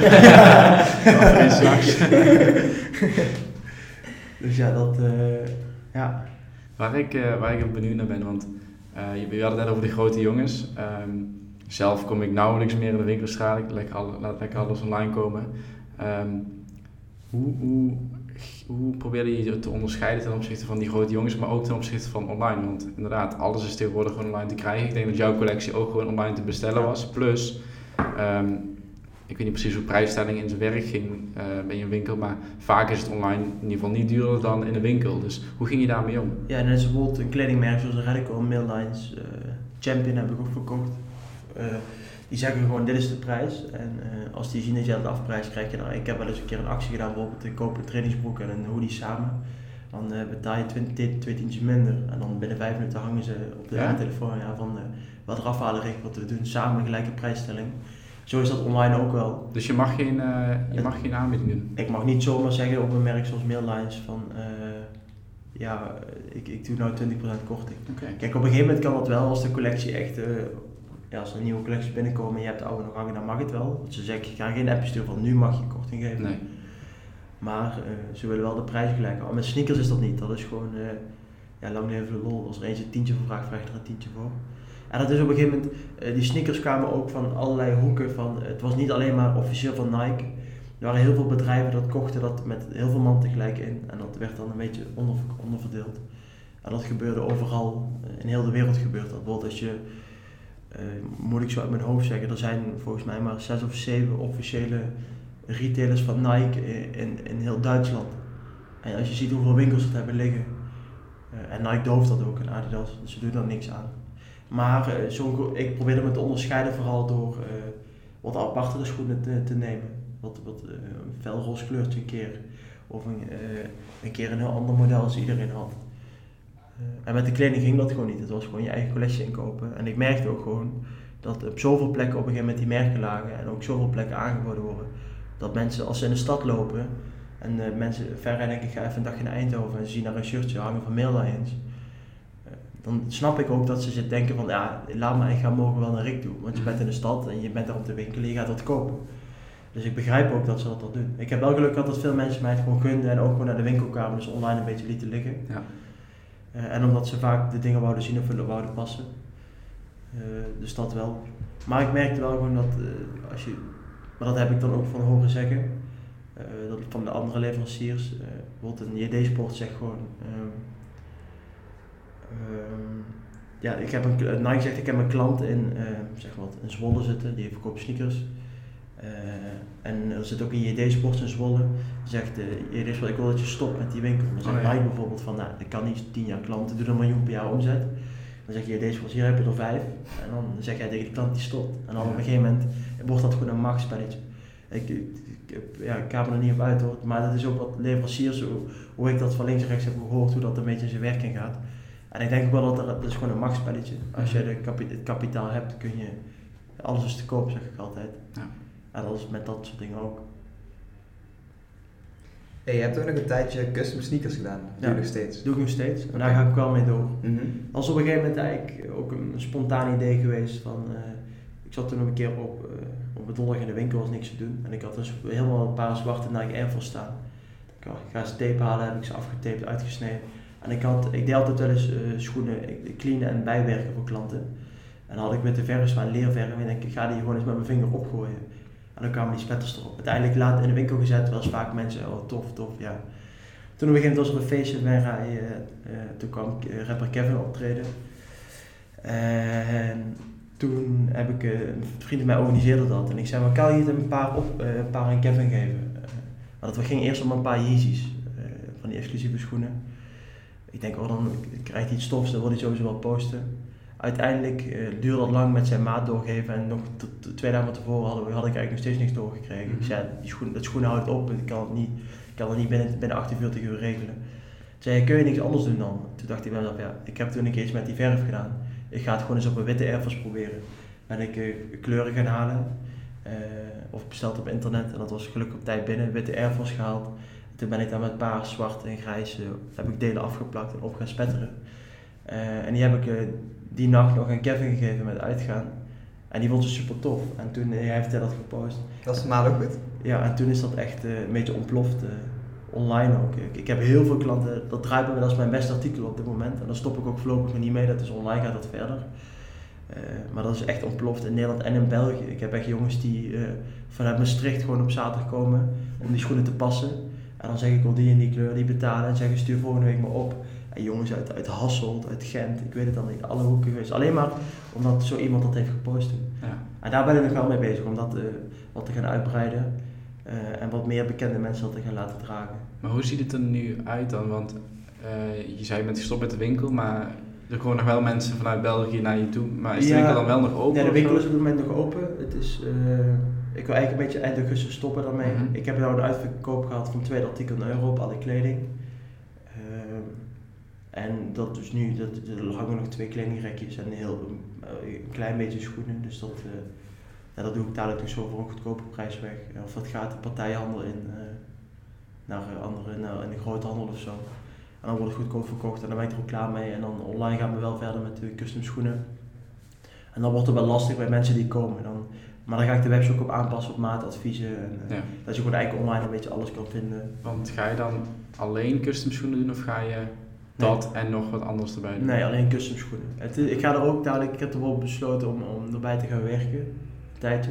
Dus ja, dat... Uh, ja. Waar ik, uh, waar ik benieuwd naar ben, want uh, je, je had het net over die grote jongens. Um, zelf kom ik nauwelijks meer in de winkelstraat. Ik lekker alle, laat lekker alles online komen. Um, hoe, hoe, hoe probeerde je je te onderscheiden ten opzichte van die grote jongens, maar ook ten opzichte van online? Want inderdaad, alles is tegenwoordig gewoon online te krijgen. Ik denk dat jouw collectie ook gewoon online te bestellen was. Plus, um, ik weet niet precies hoe prijsstelling in zijn werk ging uh, bij een winkel, maar vaak is het online in ieder geval niet duurder dan in de winkel. Dus hoe ging je daarmee om? Ja, net als bijvoorbeeld een kledingmerk zoals Radical, Midlines, uh, Champion heb ik ook verkocht. Uh, die zeggen gewoon dit is de prijs en uh, als die zien dat je dat afprijst krijg je dan, ik heb wel eens een keer een actie gedaan bijvoorbeeld, ik koop een trainingsbroek en een hoodie samen. Dan uh, betaal je twintig, twee tientjes minder en dan binnen vijf minuten hangen ze op de ja? telefoon ja, van uh, wat eraf halen richt, wat we doen, samen gelijke prijsstelling. Zo is dat online ook wel. Dus je mag geen, uh, je mag geen aanbieding doen? Ik mag niet zomaar zeggen op een merk zoals Midlines van uh, ja, ik, ik doe nou twintig procent korting. Okay. Kijk, op een gegeven moment kan dat wel als de collectie echt, uh, ja, als er een nieuwe collectie binnenkomt en je hebt de oude nog hangen, dan mag het wel. Want ze zeggen, je kan geen appje sturen van nu mag je korting geven. Nee. Maar uh, ze willen wel de prijs gelijk houden. Met sneakers is dat niet, dat is gewoon, uh, ja, lang leven de lol. Als er eentje een tientje voor vraagt, vraag je er een tientje voor. En dat is op een gegeven moment, uh, die sneakers kwamen ook van allerlei hoeken van, uh, het was niet alleen maar officieel van Nike. Er waren heel veel bedrijven dat kochten dat met heel veel man tegelijk in en dat werd dan een beetje onder, onderverdeeld. En dat gebeurde overal, uh, in heel de wereld gebeurt dat. Bijvoorbeeld als je, uh, moet ik zo uit mijn hoofd zeggen, er zijn volgens mij maar zes of zeven officiële retailers van Nike in, in heel Duitsland. En als je ziet hoeveel winkels het hebben liggen, uh, en Nike dooft dat ook en Adidas, dus ze doen er niks aan. Maar uh, zo, ik probeerde me te onderscheiden vooral door uh, wat apartere schoenen te, te nemen. Wat, wat uh, een fel roze kleurtje een keer. Of een, uh, een keer een heel ander model als iedereen had. Uh, en met de kleding ging dat gewoon niet. Het was gewoon je eigen collectie inkopen. En ik merkte ook gewoon dat op zoveel plekken op een gegeven moment die merken lagen. En ook zoveel plekken aangeboden worden. Dat mensen als ze in de stad lopen, En uh, mensen verder denk ik, ga even een dagje naar Eindhoven en ze zien daar een shirtje hangen van Mail Lions. Uh, dan snap ik ook dat ze zitten denken van, ja, laat maar, ik ga morgen wel naar Rick toe. Want je bent in de stad en je bent daar om te winkelen en je gaat dat kopen. Dus ik begrijp ook dat ze dat al doen. Ik heb wel geluk gehad dat veel mensen mij het gewoon gunden en ook gewoon naar de winkel kwamen, dus online een beetje lieten liggen. Ja. Uh, en omdat ze vaak de dingen wouden zien of willen wouden passen. Uh, dus dat wel. Maar ik merkte wel gewoon dat uh, als je, maar dat heb ik dan ook van horen zeggen, uh, dat van de andere leveranciers, uh, bijvoorbeeld een J D-sport zegt gewoon, um, um, ja, ik heb een, Nike zegt ik heb een klant in, uh, zeg wat, in Zwolle zitten, die verkoopt sneakers. Uh, en er zit ook een J D-sport in Zwolle, die zegt uh, J D-sport, ik wil dat je stopt met die winkel. Dan zegt oh, ja. Nike bijvoorbeeld van, nou, ik kan niet tien jaar klanten, doe een miljoen per jaar omzet. Dan zeg je, deze was hier heb je er vijf. En dan zeg jij tegen de klant die stopt. En dan op een gegeven moment wordt dat gewoon een machtspelletje. Ik, ik, ik, ja, ik ga er niet op uit hoor. Maar dat is ook wat leveranciers, hoe, hoe ik dat van links en rechts heb gehoord, hoe dat een beetje in zijn werking gaat. En ik denk ook wel dat er, dat is gewoon een machtspelletje. Als je de kapi- het kapitaal hebt, kun je, alles is te koop, zeg ik altijd. Ja. En dat is met dat soort dingen ook. Hey, je hebt ook nog een tijdje custom sneakers gedaan, doe je nog steeds? Doe ik nog steeds, en daar ga ik wel mee door. Mm-hmm. Dat was op een gegeven moment eigenlijk ook een spontaan idee geweest van, uh, ik zat toen nog een keer op, uh, op een donderdag in de winkel, was niks te doen. En ik had dus helemaal een paar zwarte Nike Air Force staan. Ik ga ze tape halen, heb ik ze afgetaped, uitgesneden. En ik, had, ik deed altijd wel eens uh, schoenen ik, cleanen en bijwerken voor klanten. En dan had ik met de verf van leerverf en ik ga die gewoon eens met mijn vinger opgooien. En dan kwamen die spetters erop. Uiteindelijk laat in de winkel gezet, was vaak mensen, oh tof, tof, ja. Toen op een gegeven moment was er een feestje bij Rij, uh, uh, toen kwam uh, rapper Kevin optreden. Uh, en toen heb ik, uh, een vriend van mij organiseerde dat. En ik zei, maar kan je het een paar, op, uh, een paar aan Kevin geven? Uh, maar dat ging eerst om een paar Yeezys, uh, van die exclusieve schoenen. Ik denk, oh dan krijgt hij iets stofs, dan wil hij sowieso wel posten. Uiteindelijk uh, duurde dat lang met zijn maat doorgeven en nog t- t- twee dagen tevoren hadden we, had ik eigenlijk nog steeds niks doorgekregen. Mm-hmm. Ik zei, die schoen, dat schoen houdt op, ik kan het niet, ik kan het niet binnen, binnen achtenveertig uur regelen. Toen zei hij, kun je niks anders doen dan? Toen dacht ik bij mezelf, ja, ik heb toen een keer iets met die verf gedaan. Ik ga het gewoon eens op een witte Air Force proberen. Ben ik uh, kleuren gaan halen, uh, of besteld op internet en dat was gelukkig op tijd binnen, witte Air Force gehaald. Toen ben ik daar met paars, zwart en grijs, uh, heb ik delen afgeplakt en op gaan spetteren. Uh, en die heb ik uh, die nacht nog aan Kevin gegeven met uitgaan. En die vond ze super tof. En toen uh, heeft hij dat gepost. Dat is normaal ook goed? Ja, en toen is dat echt uh, een beetje ontploft. Uh, online ook. Ik, ik heb heel veel klanten, dat draait bij me, dat is mijn beste artikel op dit moment. En daar stop ik ook voorlopig niet mee, dat is online, gaat dat verder. Uh, maar dat is echt ontploft in Nederland en in België. Ik heb echt jongens die uh, vanuit Maastricht gewoon op zaterdag komen om die schoenen te passen. En dan zeg ik wel die en die kleur, die betalen en zeggen stuur volgende week maar op. En jongens uit, uit Hasselt, uit Gent, ik weet het dan niet, alle hoeken geweest. Alleen maar omdat zo iemand dat heeft gepost toen. Ja. En daar ben ik nog wel mee bezig, om dat uh, wat te gaan uitbreiden. Uh, en wat meer bekende mensen dat te gaan laten dragen. Maar hoe ziet het er nu uit dan? Want uh, je zei je bent gestopt met de winkel, maar er komen nog wel mensen vanuit België naar je toe. Maar is de ja, winkel dan wel nog open? Ja, de winkel is op dit moment nog open. Het is, uh, ik wil eigenlijk een beetje eind augustus stoppen daarmee. Mm-hmm. Ik heb nou een uitverkoop gehad van tweede artikel een euro op alle kleding. Uh, en dat dus nu, dat, er hangen nog twee kledingrekjes en een, heel, een klein beetje schoenen. Dus dat, uh, ja, dat doe ik dadelijk nog zo voor een goedkope prijs weg. Of dat gaat de partijhandel in, uh, naar andere, naar, in de groothandel of zo. En dan wordt het goedkoop verkocht en dan ben ik er ook klaar mee. En dan online gaan we wel verder met de custom schoenen. En dan wordt het wel lastig bij mensen die komen. Dan, maar dan ga ik de webshop ook op aanpassen op maatadviezen. En, uh, ja. Dat je gewoon eigenlijk online een beetje alles kan vinden. Want ga je dan alleen custom schoenen doen of ga je dat nee. en nog wat anders erbij doen? Nee, alleen custom schoenen. Het, ik ga er ook dadelijk, ik heb er wel besloten om, om erbij te gaan werken. Een tijdje.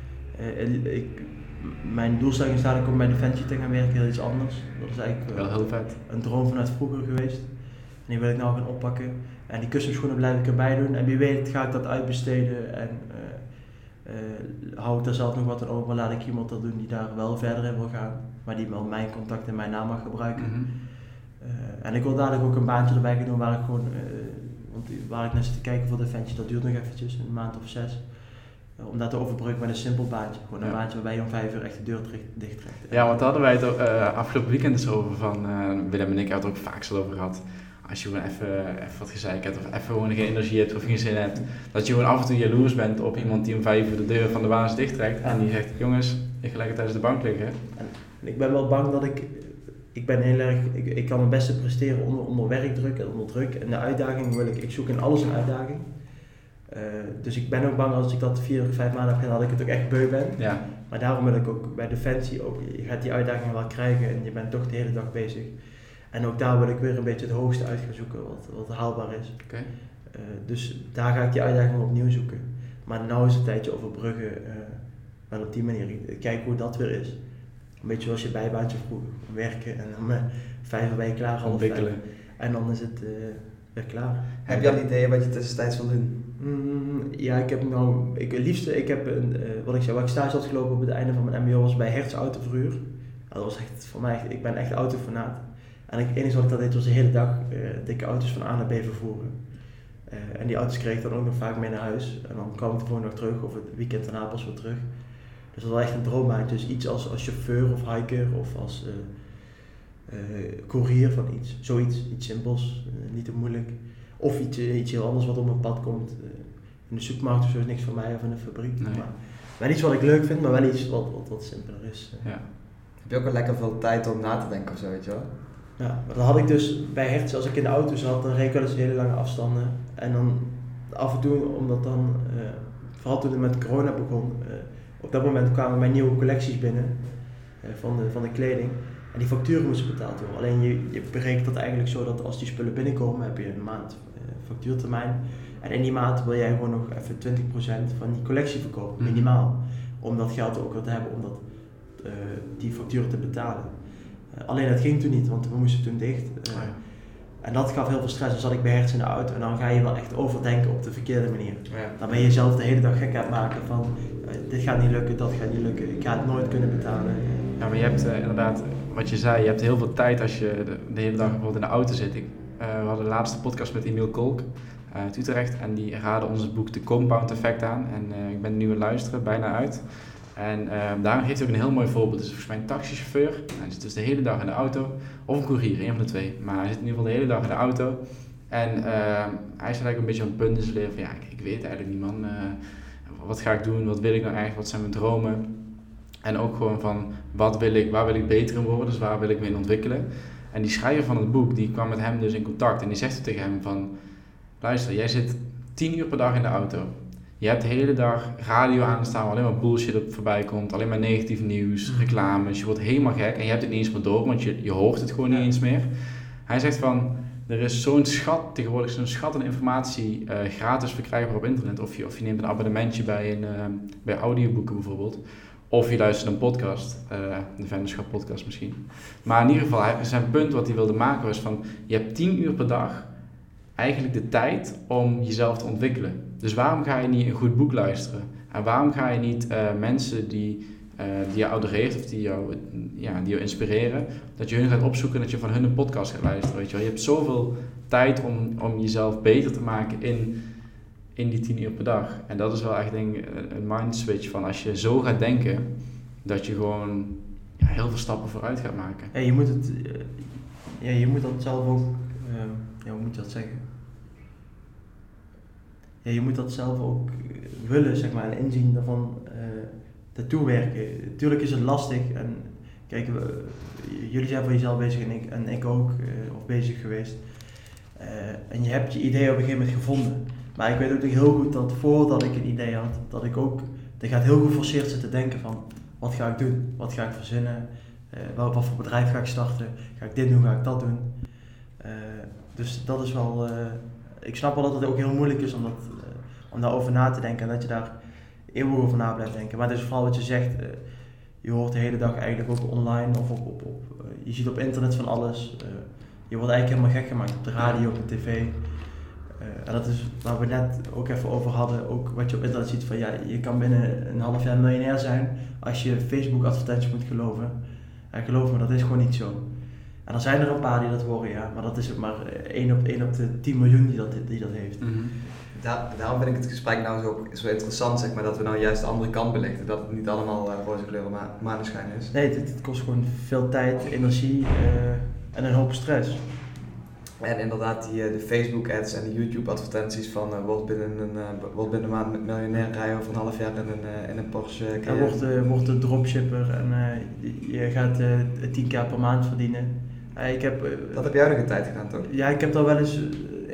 Uh, ik, mijn doelstelling is dadelijk om bij Defensie te gaan werken, heel iets anders. Dat is eigenlijk uh, wel heel vet. Een droom vanuit vroeger geweest. En die wil ik nou gaan oppakken. En die custom schoenen blijf ik erbij doen. En wie weet ga ik dat uitbesteden en uh, uh, hou ik daar zelf nog wat aan over. Laat ik iemand dat doen die daar wel verder in wil gaan. Maar die wel mijn contact en mijn naam mag gebruiken. Mm-hmm. Uh, en ik wil dadelijk ook een baantje erbij gaan doen waar ik gewoon, uh, want waar ik naar zit te kijken voor Defensie, dat duurt nog eventjes, een maand of zes. Uh, om dat te overbruggen met een simpel baantje. Gewoon een ja. baantje waarbij je om vijf uur echt de deur dicht trekt. Ja, want daar hadden wij het uh, afgelopen weekend eens over van, uh, Willem en ik hebben het er ook vaak zo over gehad. als je gewoon even, even wat gezeik hebt of even gewoon geen energie hebt of geen zin hebt, dat je gewoon af en toe jaloers bent op iemand die om vijf uur de deur van de baas dicht trekt en die zegt, jongens, ik ga lekker tijdens de bank liggen. En ik ben wel bang dat ik, ik ben heel erg, ik, ik kan het beste presteren onder, onder werkdruk en onder druk en de uitdaging wil ik, ik zoek in alles een uitdaging. Uh, dus ik ben ook bang als ik dat vier of vijf maanden heb gedaan dat ik het ook echt beu ben. Ja. Maar daarom wil ik ook bij Defensie ook, je gaat die uitdagingen wel krijgen en je bent toch de hele dag bezig. En ook daar wil ik weer een beetje het hoogste uit gaan zoeken wat, wat haalbaar is. Okay. Uh, dus daar ga ik die uitdagingen opnieuw zoeken. Maar nu is het tijdje overbruggen, uh, wel op die manier. Kijken hoe dat weer is. Een beetje zoals je bijbaantje vroeger, werken en dan uh, vijf uur ben je klaar, half vijf. En dan is het uh, weer klaar. Heb je al ideeën wat je tussentijds wil doen? Mm, ja, ik heb nou, ik, het liefste, ik heb een, uh, wat ik zei, waar ik stage had gelopen op het einde van mijn M B O was bij Hertz Autoverhuur. Nou, dat was echt voor mij, ik ben echt autofanaat. En het enige wat ik dat deed was de hele dag uh, dikke auto's van A naar B vervoeren. Uh, en die auto's kreeg ik dan ook nog vaak mee naar huis. En dan kwam ik de volgende dag terug of het weekend daarna pas weer terug. Dus dat was echt een droombaantje. Dus iets als, als chauffeur of hiker of als uh, uh, courier van iets. Zoiets, iets simpels, uh, niet te moeilijk. Of iets, uh, iets heel anders wat op mijn pad komt. Uh, in de supermarkt of zo is niks voor mij of in een fabriek. Nee. Maar wel iets wat ik leuk vind, maar wel iets wat, wat, wat simpeler is. Uh. Ja. Heb je ook wel lekker veel tijd om na te denken of zo, weet je wel? Ja, maar dan had ik dus bij Hertz, als ik in de auto zat, dan reed ik wel eens hele lange afstanden. En dan af en toe, omdat dan, uh, vooral toen het met corona begon, uh, op dat moment kwamen mijn nieuwe collecties binnen uh, van, de, van de kleding. En die facturen moesten betaald worden. Alleen je, je berekent dat eigenlijk zo dat als die spullen binnenkomen, heb je een maand uh, factuurtermijn. En in die maand wil jij gewoon nog even twintig procent van die collectie verkopen, minimaal. Om dat geld ook weer te hebben, om dat, uh, die facturen te betalen. Uh, alleen dat ging toen niet, want we moesten toen dicht. Uh, Oh ja. En dat gaf heel veel stress. Dan zat ik bij Hertz in de auto en dan ga je wel echt overdenken op de verkeerde manier. Ja. Dan ben je jezelf de hele dag gek aan het maken van uh, dit gaat niet lukken, dat gaat niet lukken, ik ga het nooit kunnen betalen. Ja, maar je hebt uh, inderdaad, wat je zei, je hebt heel veel tijd als je de, de hele dag bijvoorbeeld in de auto zit. Ik, uh, we hadden de laatste podcast met Emiel Kolk uh, uit Utrecht en die raadde ons het boek The Compound Effect aan. En uh, ik ben nu aan het luisteren, bijna uit. En uh, daar heeft hij ook een heel mooi voorbeeld. Dus volgens mij een taxichauffeur, hij zit dus de hele dag in de auto, of een courier, een van de twee. Maar hij zit in ieder geval de hele dag in de auto. En uh, hij zit eigenlijk een beetje op het punt in zijn leven van ja, ik, ik weet eigenlijk niet man, uh, wat ga ik doen, wat wil ik nou eigenlijk, wat zijn mijn dromen? En ook gewoon van, wat wil ik, waar wil ik beter in worden, dus waar wil ik me in ontwikkelen? En die schrijver van het boek, die kwam met hem dus in contact en die zegt tegen hem van, luister, jij zit tien uur per dag in de auto. Je hebt de hele dag radio aanstaan waar alleen maar bullshit op voorbij komt, alleen maar negatief nieuws, reclames, je wordt helemaal gek en je hebt het niet eens meer door, want je, je hoort het gewoon niet eens meer. Hij zegt van, er is zo'n schat, tegenwoordig zo'n schat aan informatie uh, gratis verkrijgbaar op internet. Of je, of je neemt een abonnementje bij, een, uh, bij audioboeken bijvoorbeeld. Of je luistert een podcast, uh, de Venderschap podcast misschien. Maar in ieder geval, hij, zijn punt wat hij wilde maken was van, je hebt tien uur per dag eigenlijk de tijd om jezelf te ontwikkelen. Dus waarom ga je niet een goed boek luisteren? En waarom ga je niet uh, mensen die, uh, die je adoreert of die jou, ja, die jou inspireren, dat je hun gaat opzoeken en dat je van hun een podcast gaat luisteren, weet je wel? Je hebt zoveel tijd om, om jezelf beter te maken in, in die tien uur per dag. En dat is wel echt denk ik een mind switch van als je zo gaat denken, dat je gewoon ja, heel veel stappen vooruit gaat maken. Ja, je moet het, uh, ja, je moet dat zelf ook, uh, ja, hoe moet je dat zeggen? Ja, je moet dat zelf ook willen, zeg maar, en inzien daarvan uh, naartoe werken. Tuurlijk is het lastig en kijk, we, jullie zijn voor jezelf bezig en ik, en ik ook, uh, of bezig geweest. Uh, en je hebt je idee op een gegeven moment gevonden. Maar ik weet ook heel goed dat voordat ik een idee had, dat ik ook, dat gaat heel geforceerd zitten denken van, wat ga ik doen? Wat ga ik verzinnen? Uh, wat, wat voor bedrijf ga ik starten? Ga ik dit doen? Ga ik dat doen? Uh, dus dat is wel, uh, ik snap wel dat het ook heel moeilijk is om, dat, uh, om daarover na te denken en dat je daar eeuwig over na blijft denken. Maar het is vooral wat je zegt, uh, je hoort de hele dag eigenlijk ook online of op, op, op uh, je ziet op internet van alles. Uh, je wordt eigenlijk helemaal gek gemaakt op de radio, op de tv. Uh, en dat is waar we net ook even over hadden, ook wat je op internet ziet van ja, je kan binnen een half jaar miljonair zijn als je Facebook advertenties moet geloven. En geloof me, dat is gewoon niet zo. En er zijn er een paar die dat worden, ja, maar dat is maar één op, één op de tien miljoen die dat, die dat heeft. Mm-hmm. Daar, daarom vind ik het gesprek nou zo, zo interessant, zeg maar, dat we nou juist de andere kant belichten. Dat het niet allemaal uh, roze kleuren ma- maneschijn is. Nee, het, het kost gewoon veel tijd, energie uh, en een hoop stress. En inderdaad die, de Facebook ads en de YouTube advertenties van uh, wordt binnen een uh, wordt binnen een maand met miljonair rijden over een half jaar in een, uh, in een Porsche. En wordt, uh, wordt de dropshipper en uh, je gaat uh, tien k per maand verdienen. Uh, ik heb, uh, dat heb jij nog een tijd gedaan toch? Ja, ik heb daar wel eens uh,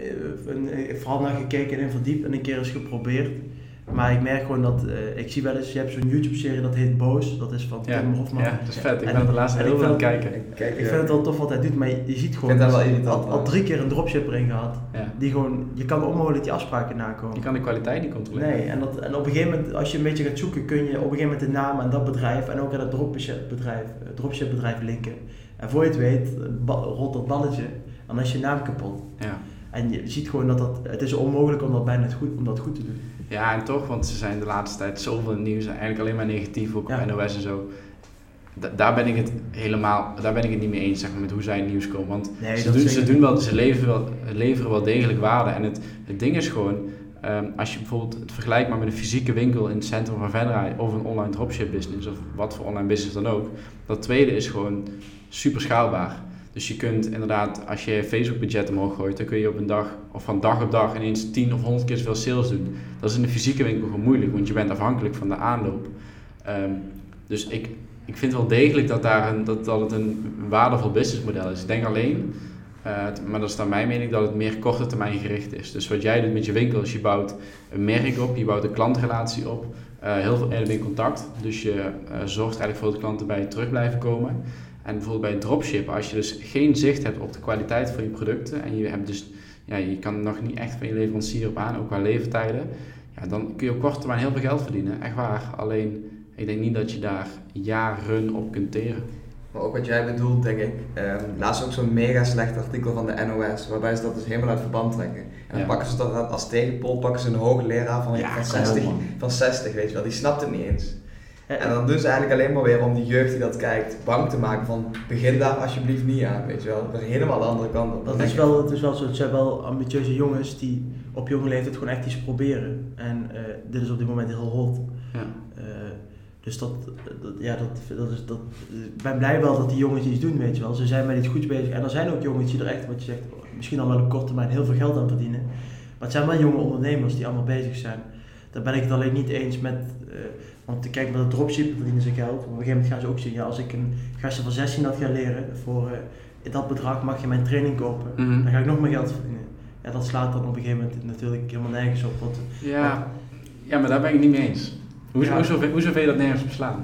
een, uh, vooral naar gekeken en verdiept en een keer eens geprobeerd. Maar ik merk gewoon dat, uh, ik zie wel eens, je hebt zo'n YouTube-serie dat heet Boos, dat is van ja, Tim Hofman. Ja, dat is vet. Ik en, ben de laatste heel veel aan het kijken. Ik, kijk, ik vind het wel tof wat hij doet, maar je, je ziet gewoon, dat wel al, al drie keer een dropshipper in gehad, ja. die gewoon, je kan onmogelijk die afspraken nakomen. Je kan de kwaliteit niet controleren. Nee, en, dat, en op een gegeven moment, als je een beetje gaat zoeken, kun je op een gegeven moment de naam aan dat bedrijf en ook aan dat dropshipbedrijf, dropshipbedrijf linken. En voor je het weet, rolt dat balletje en dan is je naam kapot. Ja. En je ziet gewoon dat, dat het is onmogelijk om dat bijna goed, om dat goed te doen. Ja, en toch, want ze zijn de laatste tijd zoveel in het nieuws, eigenlijk alleen maar negatief, ook ja. op N O S en zo. Da- daar ben ik het helemaal, daar ben ik het niet mee eens, zeg maar, met hoe zij in het nieuws komen. Want nee, ze, doen, ze, doen wel, ze leveren, wel, leveren wel degelijk waarde. En het, het ding is gewoon, um, als je bijvoorbeeld het vergelijkt maar met een fysieke winkel in het centrum van Venray of een online dropship business of wat voor online business dan ook. Dat tweede is gewoon super schaalbaar. Dus je kunt inderdaad, als je Facebook budget omhoog gooit, dan kun je op een dag of van dag op dag ineens tien of honderd keer zoveel sales doen. Dat is in de fysieke winkel gewoon moeilijk, want je bent afhankelijk van de aanloop. Um, dus ik, ik vind wel degelijk dat, daar een, dat, dat het een waardevol businessmodel is. Ik denk alleen, uh, maar dat is naar mijn mening, dat het meer korte termijn gericht is. Dus wat jij doet met je winkel is je bouwt een merk op, je bouwt een klantrelatie op, uh, heel veel één op één contact. Dus je uh, zorgt eigenlijk voor dat klanten bij je terug blijven komen. En bijvoorbeeld bij dropshippen, als je dus geen zicht hebt op de kwaliteit van je producten en je hebt dus, ja, je kan nog niet echt van je leverancier op aan, ook qua levertijden, ja, dan kun je op korte termijn heel veel geld verdienen, echt waar. Alleen, ik denk niet dat je daar jaren op kunt teren. Maar ook wat jij bedoelt, denk ik, um, laatst ook zo'n mega slecht artikel van de N O S, waarbij ze dat dus helemaal uit verband trekken. En dan ja. pakken ze dat als tegenpol, pakken ze een hoogleraar van, ja, van, zestig, man. van zestig, weet je wel, die snapt het niet eens. En dan doen ze eigenlijk alleen maar weer om die jeugd die dat kijkt bang te maken van begin daar alsjeblieft niet aan, weet je wel. Dat is helemaal de andere kant op. Dat is wel, het is wel zo, het zijn wel ambitieuze jongens die op jonge leeftijd gewoon echt iets proberen. En uh, dit is op dit moment heel hot. Ja. Uh, dus dat, dat, ja, dat, dat is, dat, ik ben blij wel dat die jongens iets doen, weet je wel. Ze zijn met iets goeds bezig en er zijn ook jongens die er echt, wat je zegt, misschien al wel op korte termijn heel veel geld aan verdienen. Maar het zijn wel jonge ondernemers die allemaal bezig zijn. Daar ben ik het alleen niet eens met, uh, want te kijken met de dropshippen verdienen ze geld. Op een gegeven moment gaan ze ook zien, ja, als ik een gastje van zestien had gaan leren, voor uh, dat bedrag mag je mijn training kopen, mm-hmm. dan ga ik nog meer geld verdienen. Ja, dat slaat dan op een gegeven moment natuurlijk helemaal nergens op. Wat, ja. Wat, ja, maar daar ben ik niet mee eens. Hoe, ja. hoezo, hoezo vind je dat nergens op slaan?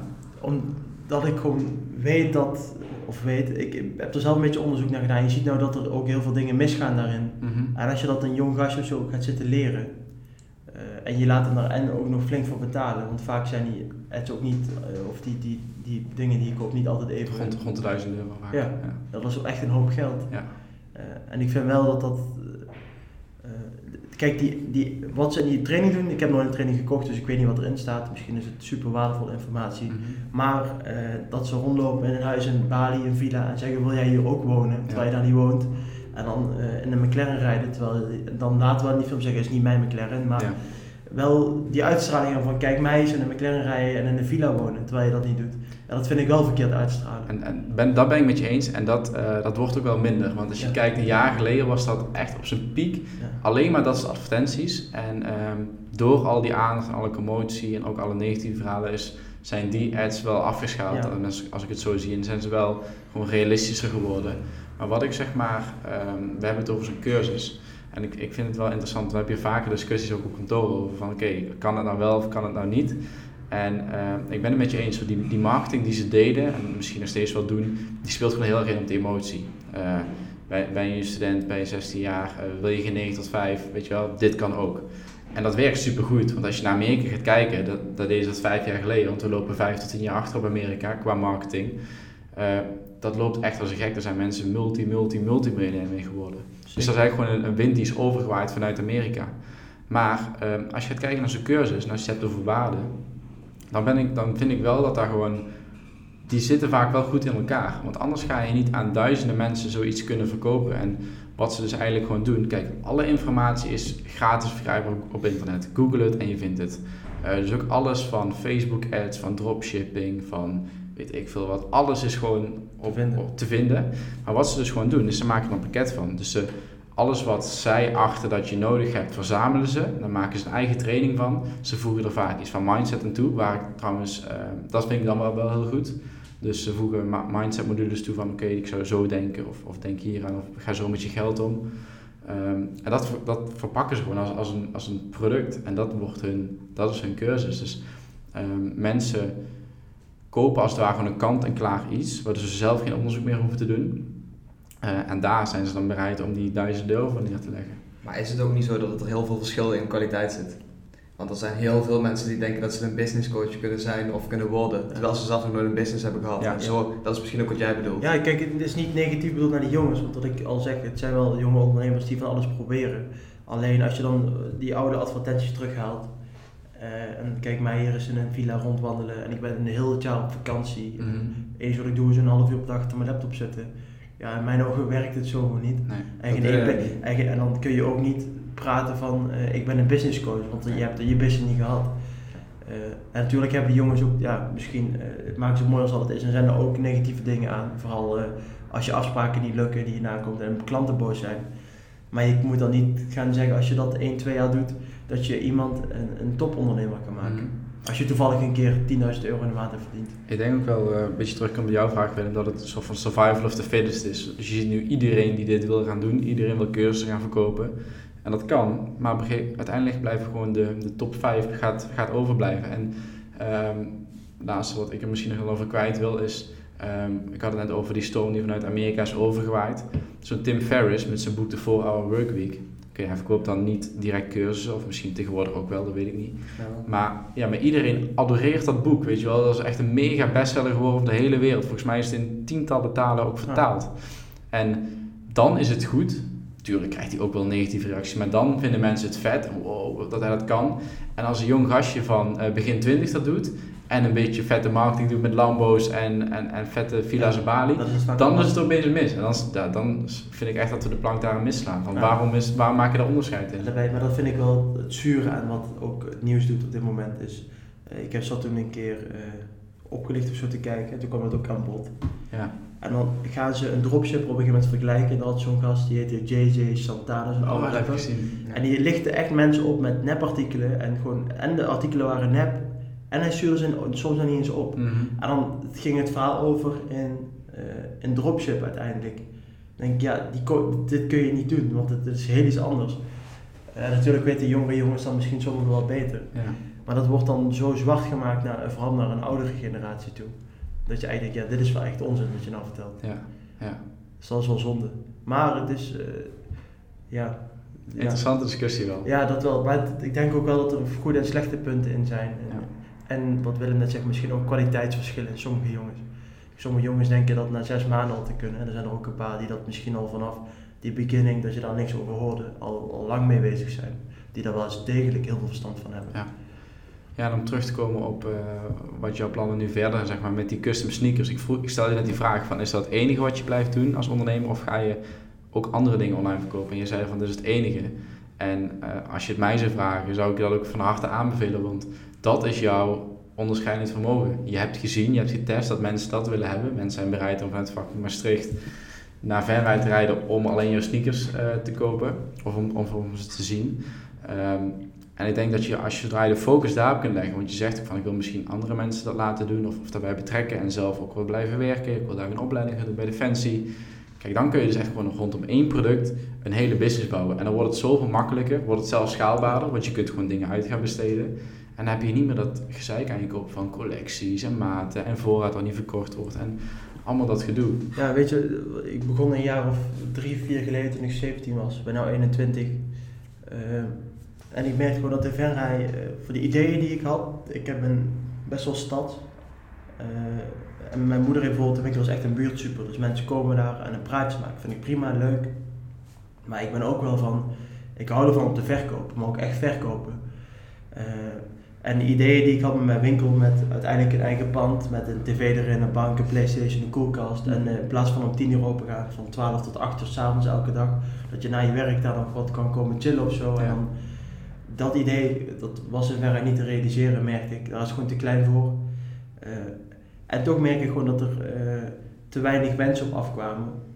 Omdat ik gewoon weet dat, of weet, ik heb er zelf een beetje onderzoek naar gedaan. Je ziet nou dat er ook heel veel dingen misgaan daarin. Mm-hmm. En als je dat een jong gastje of zo gaat zitten leren, Uh, en je laat hem daar en ook nog flink voor betalen, want vaak zijn die ads ook niet, uh, of die, die, die dingen die je koopt niet altijd even. Rond, rond de duizend euro vaak. Ja, ja, dat is echt een hoop geld. Ja. Uh, en ik vind wel dat dat, uh, kijk, die, die, wat ze in die training doen, ik heb nooit een training gekocht, dus ik weet niet wat erin staat. Misschien is het super waardevolle informatie. Mm-hmm. Maar uh, dat ze rondlopen in een huis in Bali, een villa, en zeggen, wil jij hier ook wonen, terwijl ja. je daar niet woont. En dan uh, in een McLaren rijden, terwijl dan later wel in die film zeggen, is niet mijn McLaren, maar ja. wel die uitstraling van kijk mij eens in een McLaren rijden en in een villa wonen, terwijl je dat niet doet. Ja, dat vind ik wel verkeerd uitstralen. En, en ben, dat ben ik met je eens en dat, uh, dat wordt ook wel minder, want als je ja. kijkt, een jaar geleden was dat echt op zijn piek, ja. alleen maar dat soort advertenties en um, door al die aandacht en alle commotie en ook alle negatieve verhalen is, zijn die ads wel afgeschaald. Ja. En als, als ik het zo zie, en zijn ze wel gewoon realistischer geworden. Maar wat ik zeg maar, um, we hebben het over zo'n cursus en ik, ik vind het wel interessant, dan heb je vaker discussies ook op kantoor over van oké, okay, kan het nou wel of kan het nou niet? En uh, ik ben het met je eens, die, die marketing die ze deden en misschien nog steeds wel doen, die speelt gewoon heel erg in op de emotie. Uh, bij, bij je student, bij je zestien jaar, uh, wil je geen negen tot vijf, weet je wel, dit kan ook. En dat werkt supergoed, want als je naar Amerika gaat kijken, dat, dat deden ze dat vijf jaar geleden, want we lopen vijf tot tien jaar achter op Amerika qua marketing. Uh, dat loopt echt als een gek. Er zijn mensen multi, multi, multimiljonair mee geworden. Zeker. Dus dat is eigenlijk gewoon een, een wind die is overgewaaid vanuit Amerika. Maar um, als je gaat kijken naar zo'n cursus en als je het hebt over waarde, dan, ben ik, dan vind ik wel dat daar gewoon, die zitten vaak wel goed in elkaar. Want anders ga je niet aan duizenden mensen zoiets kunnen verkopen. En wat ze dus eigenlijk gewoon doen, kijk, alle informatie is gratis verkrijgbaar op, op internet. Google het en je vindt het. Uh, dus ook alles van Facebook ads, van dropshipping, van weet ik veel wat. Alles is gewoon op, op te vinden. Maar wat ze dus gewoon doen, is ze maken er een pakket van. Dus ze alles wat zij achten dat je nodig hebt, verzamelen ze. Dan maken ze een eigen training van. Ze voegen er vaak iets van mindset aan toe, waar ik trouwens, uh, dat vind ik dan wel, wel heel goed. Dus ze voegen ma- mindset modules toe van, oké, okay, ik zou zo denken, of, of denk hier aan, of ga zo met je geld om. Um, en dat, dat verpakken ze gewoon als, als, een, als een product en dat, wordt hun, dat is hun cursus. Dus um, mensen kopen als het ware gewoon een kant-en-klaar iets, waardoor ze zelf geen onderzoek meer hoeven te doen. Uh, en daar zijn ze dan bereid om die duizend euro voor neer te leggen. Maar is het ook niet zo dat er heel veel verschil in kwaliteit zit? Want er zijn heel veel mensen die denken dat ze een business coach kunnen zijn of kunnen worden, terwijl ze zelf nog nooit een business hebben gehad. Ja, en zo, dat is misschien ook wat jij bedoelt. Ja, kijk, het is niet negatief bedoeld naar die jongens, want wat ik al zeg, het zijn wel jonge ondernemers die van alles proberen. Alleen als je dan die oude advertenties terughaalt, uh, en kijk mij hier eens in een villa rondwandelen en ik ben een heel het jaar op vakantie. Mm-hmm. Eens wat ik doe is een half uur op dag achter mijn laptop zitten. Ja, in mijn ogen werkt het zo gewoon niet. Nee, en, geen uh, plek, en, en dan kun je ook niet praten van uh, ik ben een business coach, want je hebt je business niet gehad. Uh, en natuurlijk hebben die jongens ook, ja, misschien, uh, het maakt het mooi als dat het is en zijn er ook negatieve dingen aan. Vooral uh, als je afspraken niet lukken die je nakomt en klanten boos zijn. Maar je moet dan niet gaan zeggen als je dat één, twee jaar doet, dat je iemand een, een topondernemer kan maken. Mm. Als je toevallig een keer tienduizend euro in de maand hebt verdiend. Ik denk ook wel uh, een beetje terugkomen bij jouw vraag, Willem, dat het een soort van survival of the fittest is. Dus je ziet nu iedereen die dit wil gaan doen, iedereen wil cursussen gaan verkopen. En dat kan, maar uiteindelijk blijven gewoon de, de top vijf gaat, gaat overblijven. En um, het laatste wat ik er misschien nog over kwijt wil is, um, ik had het net over die storm die vanuit Amerika is overgewaaid. Zo'n Tim Ferriss met zijn boek The four hour Workweek. Oké, okay, hij verkoopt dan niet direct cursussen, of misschien tegenwoordig ook wel, dat weet ik niet. Ja. Maar, ja, maar iedereen adoreert dat boek, weet je wel. Dat is echt een mega bestseller geworden over de hele wereld. Volgens mij is het in tientallen talen ook vertaald. Ja. En dan is het goed. Tuurlijk krijgt hij ook wel negatieve reacties, maar dan vinden mensen het vet, wow, dat hij dat kan. En als een jong gastje van uh, begin twintig dat doet, en een beetje vette marketing doet met Lambo's en, en, en vette villa's ja, in Bali, is dan is het opeens mis. En dan, ja, dan vind ik echt dat we de plank daar misslaan. Van ja. waarom, is, waarom maak je daar onderscheid in? Daarbij, maar dat vind ik wel het zure aan wat ook het nieuws doet op dit moment is. Uh, ik heb zat toen een keer uh, opgelicht of zo te kijken en toen kwam het ook aan bod. Ja. En dan gaan ze een dropshipper op een gegeven moment vergelijken. En dan had zo'n gast, die heette J J Santana, zo'n oude rapper. En die lichtte echt mensen op met nepartikelen. En, gewoon, en de artikelen waren nep. En hij stuurde ze in, soms nog niet eens op. Mm-hmm. En dan ging het verhaal over in, uh, in dropship uiteindelijk. Dan denk ik, ja, die ko- dit kun je niet doen, want het is heel iets anders. Uh, natuurlijk weten jongere jongens dan misschien soms wel beter. Ja. Maar dat wordt dan zo zwart gemaakt, naar, vooral naar een oudere generatie toe. Dat je eigenlijk denkt, ja, dit is wel echt onzin wat je nou vertelt. Ja, ja. Dus dat is wel zonde. Maar het is, uh, ja... Interessante ja, discussie wel. Ja, dat wel. Maar het, ik denk ook wel dat er goede en slechte punten in zijn. En, ja. en wat Willem net zegt, misschien ook kwaliteitsverschillen in sommige jongens. Sommige jongens denken dat na zes maanden al te kunnen. En er zijn er ook een paar die dat misschien al vanaf die beginning, dat je daar niks over hoorde, al, al lang mee bezig zijn. Die daar wel eens degelijk heel veel verstand van hebben. Ja. Ja, en om terug te komen op uh, wat jouw plannen nu verder, zeg maar, met die custom sneakers. Ik, vroeg, ik stel je net die vraag van, is dat het enige wat je blijft doen als ondernemer of ga je ook andere dingen online verkopen? En je zei van, dit is het enige. En uh, als je het mij zou vragen, zou ik dat ook van harte aanbevelen, want dat is jouw onderscheidend vermogen. Je hebt gezien, je hebt getest dat mensen dat willen hebben. Mensen zijn bereid om vanuit vak Maastricht naar Venray te rijden om alleen jouw sneakers uh, te kopen of om, om, om ze te zien. Um, En ik denk dat je, als je zodra je de focus daarop kunt leggen, want je zegt ook van ik wil misschien andere mensen dat laten doen of, of daarbij betrekken en zelf ook wil blijven werken, ik wil daar een opleiding gaan doen bij Defensie. Kijk, dan kun je dus echt gewoon rondom één product een hele business bouwen. En dan wordt het zoveel makkelijker, wordt het zelfs schaalbaarder, want je kunt gewoon dingen uit gaan besteden. En dan heb je niet meer dat gezeik aan je kop van collecties en maten en voorraad dat niet verkocht wordt en allemaal dat gedoe. Ja, weet je, ik begon een jaar of drie, vier geleden toen ik zeventien was, ik ben nu eenentwintig. Uh, En ik merkte gewoon dat de Venray, uh, voor de ideeën die ik had, ik heb een best wel stad. Uh, en mijn moeder heeft bijvoorbeeld, ik was echt een buurtsuper, dus mensen komen daar en een praatje maken, vind ik prima, leuk. Maar ik ben ook wel van, ik hou ervan om te verkopen, maar ook echt verkopen. Uh, en de ideeën die ik had met mijn winkel, met uiteindelijk een eigen pand, met een tv erin, een bank, een PlayStation, een koelkast. En uh, in plaats van om tien uur open gaan, van twaalf tot acht uur 's avonds elke dag, dat je na je werk daar nog wat kan komen chillen of zo. Ja. En dan, dat idee, dat was in verre niet te realiseren, merkte ik. Daar is gewoon te klein voor. Uh, en toch merk ik gewoon dat er uh, te weinig mensen op afkwamen.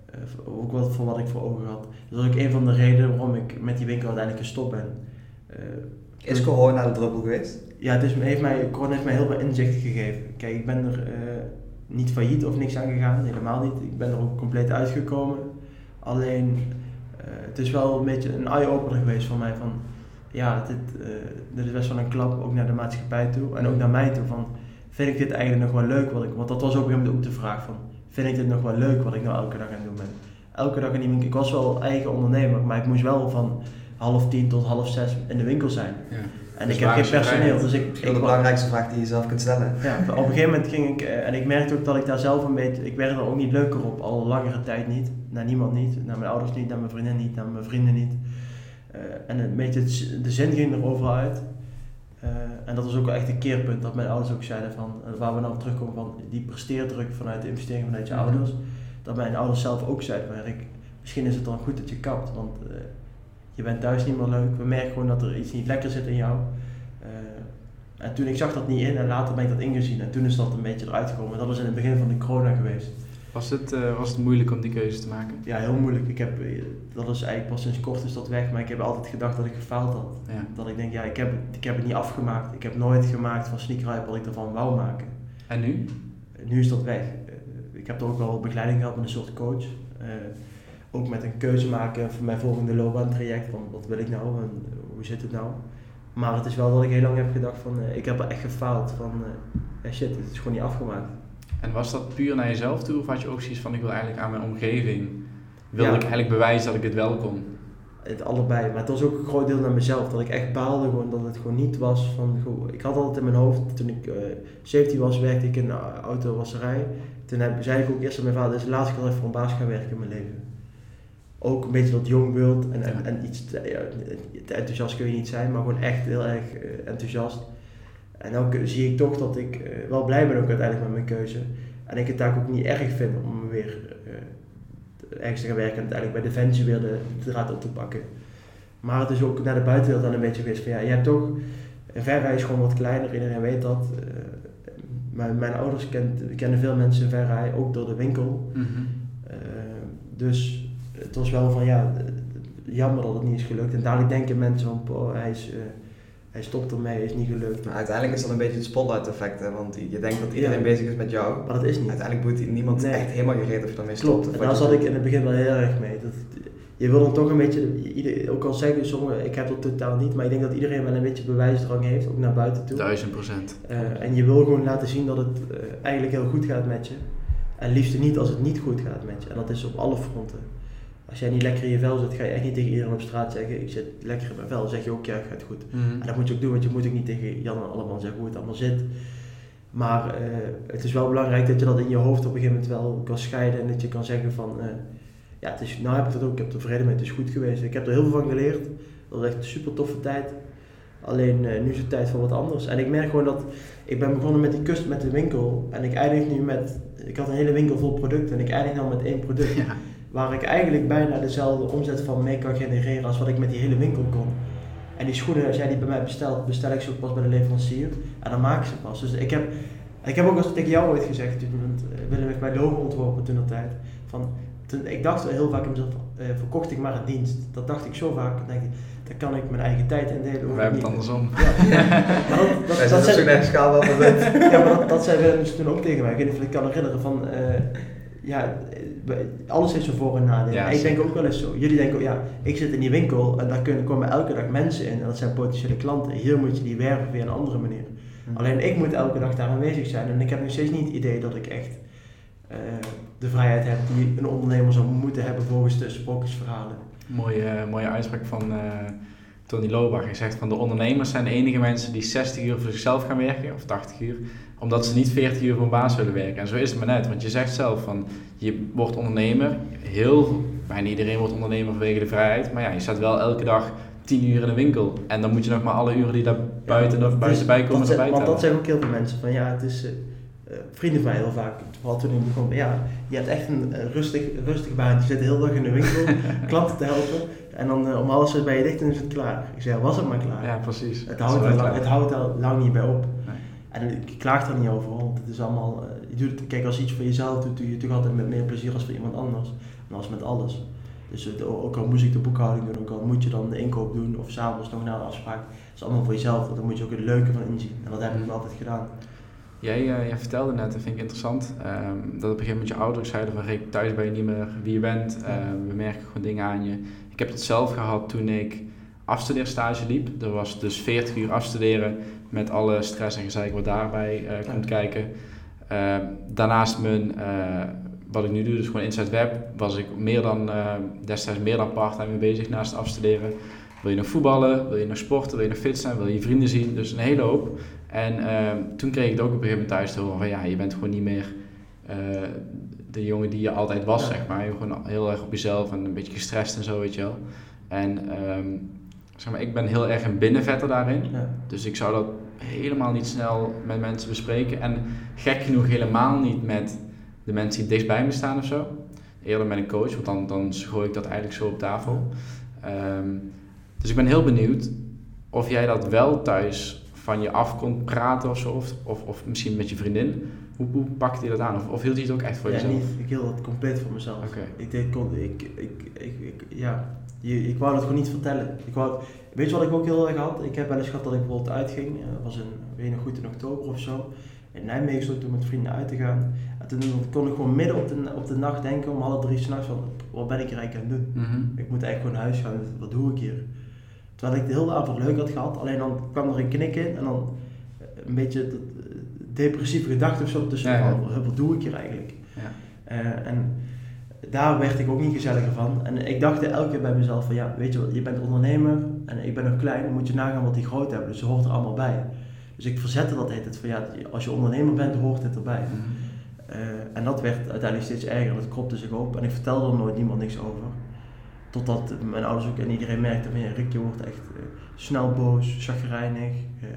uh, ook wat voor wat ik voor ogen had. Dat is ook een van de redenen waarom ik met die winkel uiteindelijk gestopt ben. Uh, is corona de druppel geweest? Ja, het is, heeft mij, corona heeft mij heel veel inzicht gegeven. Kijk, ik ben er uh, niet failliet of niks aan gegaan, helemaal niet. Ik ben er ook compleet uitgekomen. Alleen, uh, het is wel een beetje een eye-opener geweest voor mij van, ja, dit, uh, dit is best wel een klap, ook naar de maatschappij toe en ook naar mij toe. Van, vind ik dit eigenlijk nog wel leuk? Wat ik, want dat was ook op een gegeven moment ook de vraag van, vind ik dit nog wel leuk wat ik nou elke dag aan het doen ben? Elke dag in die winkel, ik was wel eigen ondernemer, maar ik moest wel van half tien tot half zes in de winkel zijn. Ja. En dus ik heb geen personeel, dus ik... Dat is de belangrijkste vraag die je zelf kunt stellen. Ja, op een gegeven moment ging ik, en ik merkte ook dat ik daar zelf een beetje, ik werd er ook niet leuker op, al langere tijd niet. Naar niemand niet, naar mijn ouders niet, naar mijn vriendin niet, naar mijn vrienden niet. Uh, en een beetje het, de zin ging er overal uit. Uh, en dat was ook wel echt een keerpunt dat mijn ouders ook zeiden van, uh, waar we nou op terugkomen van die presteerdruk vanuit de investering vanuit je mm-hmm. ouders. Dat mijn ouders zelf ook zeiden van, Rick, misschien is het dan goed dat je kapt, want uh, je bent thuis niet meer leuk. We merken gewoon dat er iets niet lekker zit in jou. Uh, en toen ik zag dat niet in en later ben ik dat ingezien en toen is dat een beetje eruit gekomen. Dat was in het begin van de corona geweest. Was het, uh, was het moeilijk om die keuze te maken? Ja, heel moeilijk. Ik heb, dat is eigenlijk pas sinds kort is dat weg, maar ik heb altijd gedacht dat ik gefaald had. Ja. Dat ik denk, ja, ik heb, ik heb het niet afgemaakt. Ik heb nooit gemaakt van sneakerhype wat ik ervan wou maken. En nu? Nu is dat weg. Uh, ik heb er ook wel begeleiding gehad met een soort coach. Uh, ook met een keuze maken voor mijn volgende loopbaantraject. Van wat wil ik nou en hoe zit het nou? Maar het is wel dat ik heel lang heb gedacht van, uh, ik heb er echt gefaald. Van, uh, shit, het is gewoon niet afgemaakt. En was dat puur naar jezelf toe of had je ook zoiets van ik wil eigenlijk aan mijn omgeving, wilde ja. ik eigenlijk bewijzen dat ik het wel kon? Het allebei, maar het was ook een groot deel naar mezelf, dat ik echt baalde gewoon dat het gewoon niet was van, goh, ik had altijd in mijn hoofd, toen ik uh, zeventien was werkte ik in een autowasserij, toen heb, zei ik ook eerst aan mijn vader, dit is de laatste keer dat ik voor een baas ga werken in mijn leven. Ook een beetje dat jong wild en, ja. en, en iets te, ja, te enthousiast kun je niet zijn, maar gewoon echt heel erg uh, enthousiast. En dan zie ik toch dat ik uh, wel blij ben ook uiteindelijk met mijn keuze. En ik het daar ook niet erg vind om weer uh, ergens te gaan werken en uiteindelijk bij Defensie weer de, de draad op te pakken. Maar het is ook naar de buitenwereld dan een beetje geweest van ja, je hebt toch, een Verrij is gewoon wat kleiner, iedereen weet dat. Uh, mijn, mijn ouders kent, kennen veel mensen in Verrij, ook door de winkel. Mm-hmm. Uh, dus het was wel van ja, jammer dat het niet is gelukt. En dadelijk denken mensen van, oh, hij is... Uh, Hij stopt ermee, is niet gelukt. Maar uiteindelijk is dat een beetje het spotlight effect, hè? Want je denkt dat iedereen ja. bezig is met jou. Maar dat is niet. Uiteindelijk moet niemand nee. echt helemaal gereed of je daarmee stopt. Klopt, en daar zat ik in het begin wel heel erg mee. Dat, je wil dan toch een beetje, ieder, ook al zeggen sommigen, ik heb dat totaal niet, maar ik denk dat iedereen wel een beetje bewijsdrang heeft, ook naar buiten toe. Duizend procent. Uh, en je wil gewoon laten zien dat het uh, eigenlijk heel goed gaat met je. En liefst niet als het niet goed gaat met je. En dat is op alle fronten. Als jij niet lekker in je vel zit, ga je echt niet tegen iedereen op straat zeggen, ik zit lekker in mijn vel. Dan zeg je ook, ja, het gaat goed. Mm-hmm. En dat moet je ook doen, want je moet ook niet tegen Jan en allemaal zeggen hoe het allemaal zit. Maar uh, het is wel belangrijk dat je dat in je hoofd op een gegeven moment wel kan scheiden. En dat je kan zeggen van, uh, ja, het is, nou heb ik dat ook, ik heb er vrede mee, het is goed geweest. Ik heb er heel veel van geleerd. Dat was echt een super toffe tijd. Alleen uh, nu is het tijd voor wat anders. En ik merk gewoon dat, ik ben begonnen met die kust met de winkel. En ik eindig nu met, ik had een hele winkel vol producten en ik eindig nou met één product. Ja. Waar ik eigenlijk bijna dezelfde omzet van mee kan genereren als wat ik met die hele winkel kon. En die schoenen, als jij die bij mij bestelt, bestel ik ze ook pas bij de leverancier. En dan maak ik ze pas. Dus ik heb, ik heb ook eens tegen jou ooit gezegd, toen Willem heeft mijn logo ontworpen toen dat tijd. Van, toen, ik dacht heel vaak in mezelf, uh, verkocht ik maar een dienst. Dat dacht ik zo vaak. Dan denk ik, dan kan ik mijn eigen tijd indelen. Wij hebben het andersom. Ja. Maar dat, dat, Wij dat, zijn dat, zo schaal wel bent. Ja, maar dat, dat zei Willem dus toen ook tegen mij. Ik weet niet of ik kan herinneren van... Uh, ja, alles heeft zijn voor- en nadelen. Ja, ik denk ook wel eens zo. Jullie denken ook, ja, ik zit in die winkel en daar kunnen, komen elke dag mensen in en dat zijn potentiële klanten. Hier moet je die werven via een andere manier. Mm. Alleen ik moet elke dag daar aanwezig zijn en ik heb nog steeds niet het idee dat ik echt uh, de vrijheid heb die een ondernemer zou moeten hebben volgens de sprookjesverhalen. Mooie, uh, mooie uitspraak van uh, Tony Lobach. Hij zegt van de ondernemers zijn de enige mensen die zestig uur voor zichzelf gaan werken, of tachtig uur, omdat ze niet veertig uur voor een baas willen werken. En zo is het maar net, want je zegt zelf van, je wordt ondernemer, heel, bijna iedereen wordt ondernemer vanwege de vrijheid, maar ja, je staat wel elke dag tien uur in de winkel. En dan moet je nog maar alle uren die daar buiten, ja, of buiten bij komen erbij Want dat zeggen ook heel veel mensen, van ja, het is, uh, vrienden van mij heel vaak, vooral toen ik begon, ja, je hebt echt een uh, rustig, rustig baan, je zit de hele dag in de winkel, klanten te helpen. En dan uh, om alles is bij je dicht en is het klaar. Ik zei, was het maar klaar. Ja, precies. Het houdt er lang, het houdt er lang niet bij op. Nee. En ik klaag er niet over, want het is allemaal, uh, je doet het, kijk als je iets voor jezelf doet, doe je het toch altijd met meer plezier als voor iemand anders. En dat is met alles. Dus ook al moest ik de boekhouding doen, ook al moet je dan de inkoop doen of s'avonds nog na een afspraak. Dat is allemaal voor jezelf, daar moet je ook het leuke van inzien. En dat heb ik altijd gedaan. Jij, uh, jij vertelde net, dat vind ik interessant, um, dat op een gegeven moment je ouders zeiden van Rick, thuis ben je niet meer wie je bent, uh, we merken gewoon dingen aan je. Ik heb het zelf gehad toen ik afstudeerstage liep. Er was dus veertig uur afstuderen met alle stress en gezeik wat daarbij uh, komt ja. kijken. Uh, daarnaast mijn, uh, wat ik nu doe, dus gewoon Inside Web, was ik meer dan, uh, destijds meer dan part-time mee bezig naast afstuderen. Wil je nog voetballen, wil je nog sporten, wil je nog fit zijn, wil je je vrienden zien, dus een hele hoop. En uh, toen kreeg ik het ook op een gegeven moment thuis te horen van ja, je bent gewoon niet meer uh, de jongen die je altijd was, ja. zeg maar. Je bent gewoon heel erg op jezelf en een beetje gestrest en zo, weet je wel. En um, zeg maar, ik ben heel erg een binnenvetter daarin, ja. dus ik zou dat helemaal niet snel met mensen bespreken. En gek genoeg helemaal niet met de mensen die het dichtst bij me staan of zo. Eerder met een coach, want dan, dan gooi ik dat eigenlijk zo op tafel. Um, dus ik ben heel benieuwd of jij dat wel thuis van je af kon praten of zo, of, of, of misschien met je vriendin. Hoe, hoe pakte je dat aan? Of, of hield je het ook echt voor ja, jezelf? Niet, ik hield het compleet voor mezelf. Okay. Ik deed, ik, ik, ik, ik, ja, je, ik wou het gewoon niet vertellen. Ik wou, weet je wat ik ook heel erg had? Ik heb wel eens gehad dat ik bijvoorbeeld uitging. Dat was in, weet je nog goed, in oktober of zo. In Nijmegen stond ik toen met vrienden uit te gaan. En toen kon ik gewoon midden op de, op de nacht denken, om half drie 's nachts van, wat ben ik hier eigenlijk aan het doen? Mm-hmm. Ik moet eigenlijk gewoon naar huis gaan, wat doe ik hier? Terwijl ik de hele avond leuk had gehad, alleen dan kwam er een knik in en dan een beetje depressieve gedachten of zo tussen. Ja, ja. Van, wat doe ik hier eigenlijk? Ja. Uh, en daar werd ik ook niet gezelliger van. En ik dacht elke keer bij mezelf van ja, weet je wat, je bent ondernemer en ik ben nog klein, dan moet je nagaan wat die groot hebben. Dus ze hoort er allemaal bij. Dus ik verzette dat heet het van ja, als je ondernemer bent, hoort dit erbij. Mm-hmm. Uh, en dat werd uiteindelijk steeds erger, dat kropte zich op en ik vertelde er nooit niemand niks over. Totdat mijn ouders ook en iedereen merkte van ja, Rick, je wordt echt uh, snel boos, chagrijnig, uh,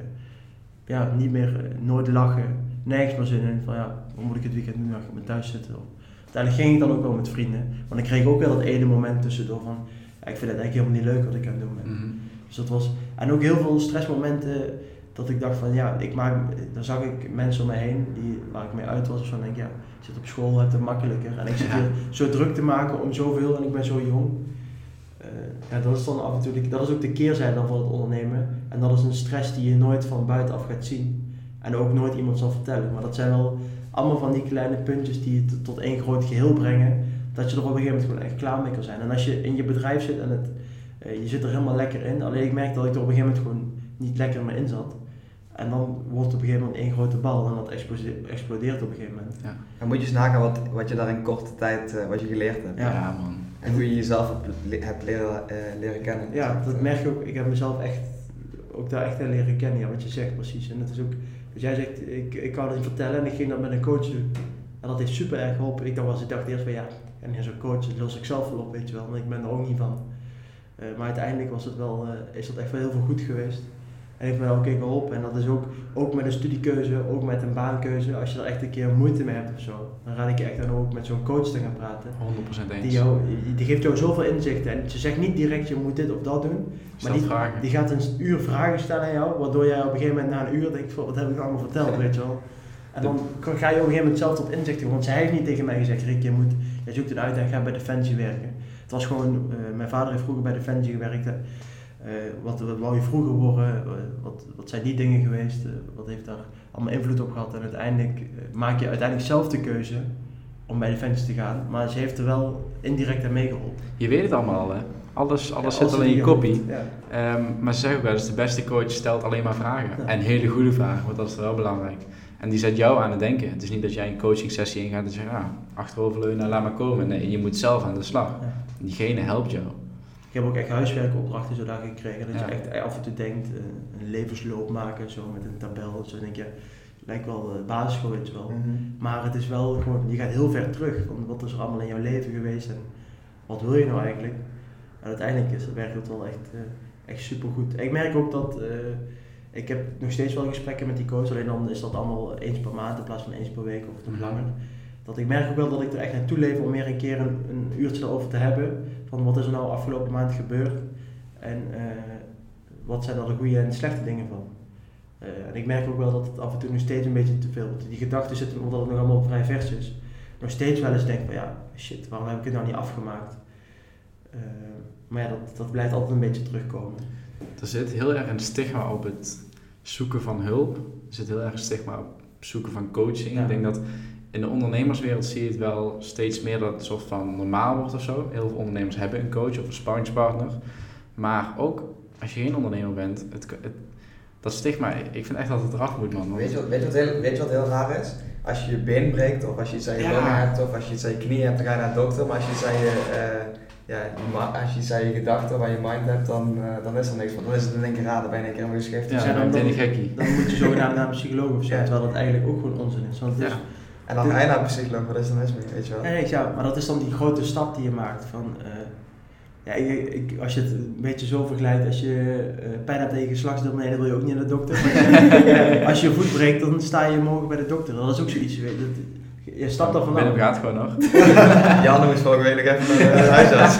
ja, niet meer, uh, nooit lachen, nergens meer zin in van ja, hoe moet ik het weekend nu nog op mijn thuis zitten? Of, uiteindelijk ging ik dan ook wel met vrienden, want ik kreeg ook wel dat ene moment tussendoor van ja, ik vind het eigenlijk helemaal niet leuk wat ik aan het doen ben. Mm-hmm. Dus dat was, en ook heel veel stressmomenten dat ik dacht van ja, ik maak, dan zag ik mensen om me heen die, waar ik mee uit was of zo en denk ja, ik zit op school, heb het makkelijker en ik zit hier zo druk te maken om zoveel en ik ben zo jong. Uh, ja, dat is dan af en toe, dat is ook de keerzijde dan van het ondernemen en dat is een stress die je nooit van buitenaf gaat zien en ook nooit iemand zal vertellen, maar dat zijn wel allemaal van die kleine puntjes die je tot één groot geheel brengen, dat je er op een gegeven moment gewoon echt klaar mee kan zijn. En als je in je bedrijf zit en het, uh, je zit er helemaal lekker in, alleen ik merk dat ik er op een gegeven moment gewoon niet lekker meer in zat. En dan wordt het op een gegeven moment één grote bal en dat explodeert op een gegeven moment. Ja. Dan moet je eens nagaan wat, wat je daar in korte tijd uh, wat je geleerd hebt. Ja, ja man. En hoe je jezelf hebt, hebt leren, uh, leren kennen. Ja, dat merk je ook. Ik heb mezelf echt ook daar echt leren kennen, ja, wat je zegt precies. En dat is ook, dus jij zegt, ik, ik kan het niet vertellen en ik ging dat met een coach doen. En dat heeft super erg geholpen. Ik dacht, was, ik dacht eerst van ja, en zo'n coach, dat los ik zelf wel op, weet je wel, want ik ben er ook niet van. Uh, maar uiteindelijk was het wel, uh, is dat echt wel heel veel goed geweest. En heeft me wel een keer geholpen. En dat is ook, ook met een studiekeuze, ook met een baankeuze. Als je er echt een keer moeite mee hebt of zo, dan raad ik je echt dan ook met zo'n coach te gaan praten. honderd procent eens. Die, jou, die geeft jou zoveel inzichten. En ze zegt niet direct, je moet dit of dat doen. Maar die, die gaat een uur vragen stellen aan jou, waardoor jij op een gegeven moment na een uur denkt, wat heb ik allemaal verteld, weet je wel. En dan ga je op een gegeven moment zelf tot inzichten. Want zij heeft niet tegen mij gezegd, Rick, je moet, je zoekt het uit en ga bij Defensie werken. Het was gewoon, uh, mijn vader heeft vroeger bij Defensie gewerkt. Uh, wat, wat wou je vroeger worden, uh, wat, wat zijn die dingen geweest, uh, wat heeft daar allemaal invloed op gehad en uiteindelijk uh, maak je uiteindelijk zelf de keuze om bij Defensie te gaan, maar ze heeft er wel indirect aan meegeholpen. Je weet het allemaal al hè, alles, alles ja, zit al in je kopie, ja. um, maar ze zeggen ook wel eens de beste coach stelt alleen maar vragen ja. en hele goede vragen, want dat is wel belangrijk. En die zet jou aan het denken. Het is niet dat jij een coaching sessie ingaat en zegt, ah, achteroverleunen, laat maar komen. Nee, je moet zelf aan de slag. Ja. Diegene helpt jou. Ik heb ook echt huiswerkopdrachten zo daar gekregen. Dat ja. je echt af en toe denkt, uh, een levensloop maken, zo met een tabel. Zo denk je, lijkt wel uh, basisschool, weet je wel. Mm-hmm. Maar het is wel gewoon, je gaat heel ver terug. Van wat is er allemaal in jouw leven geweest en wat wil je nou eigenlijk? En uiteindelijk is, werkt dat wel echt, uh, echt supergoed. Ik merk ook dat, uh, ik heb nog steeds wel gesprekken met die coach. Alleen dan is dat allemaal eens per maand in plaats van eens per week of nog mm-hmm. langer. Dat ik merk ook wel dat ik er echt naartoe leef om meer een keer een, een uurtje erover te hebben. Van wat is er nou afgelopen maand gebeurd en uh, wat zijn er de goede en slechte dingen van. Uh, en ik merk ook wel dat het af en toe nog steeds een beetje te veel wordt. Die gedachten zitten, omdat het nog allemaal vrij vers is, nog steeds wel eens denk van ja, shit, waarom heb ik het nou niet afgemaakt? Uh, maar ja, dat, dat blijft altijd een beetje terugkomen. Er zit heel erg een stigma op het zoeken van hulp. Er zit heel erg een stigma op het zoeken van coaching. Ja. Ik denk dat in de ondernemerswereld zie je het wel steeds meer dat het soort van normaal wordt of zo. Heel veel ondernemers hebben een coach of een sparringspartner. Maar ook als je geen ondernemer bent, het, het, dat stigma, ik vind echt dat het eraf moet, man. Weet je, wat, weet, je wat heel, weet je wat heel raar is? Als je je been breekt of als je iets aan je ja. longen hebt of als je iets aan je knieën hebt, dan ga je naar de dokter. Maar als je iets aan je, uh, ja, als je iets aan je gedachten of aan je mind hebt, dan, uh, dan is er niks van. Dan is het in één keer raar, dan ben je in één keer helemaal geschift. Ja, ja, dan, dan, dan, dan moet je zogenaamd naar een psycholoog of zo, ja. terwijl dat eigenlijk ook gewoon onzin is. Want het is ja. En dan ga je naar een psycholoog, wat is dan is mee, weet je wel? Nee, ja, maar dat is dan die grote stap die je maakt van... Uh, Ja, ik, ik, als je het een beetje zo vergelijkt, als je uh, pijn hebt tegen je geslachtsdeel, nee, dan wil je ook niet naar de dokter. Maar ja, als je je voet breekt, dan sta je morgen bij de dokter. Dat is ook zoiets. Je, dat, je stapt daar vanaf. Willem gaat gewoon nog. Jan moest volgende week nog even naar de huisarts.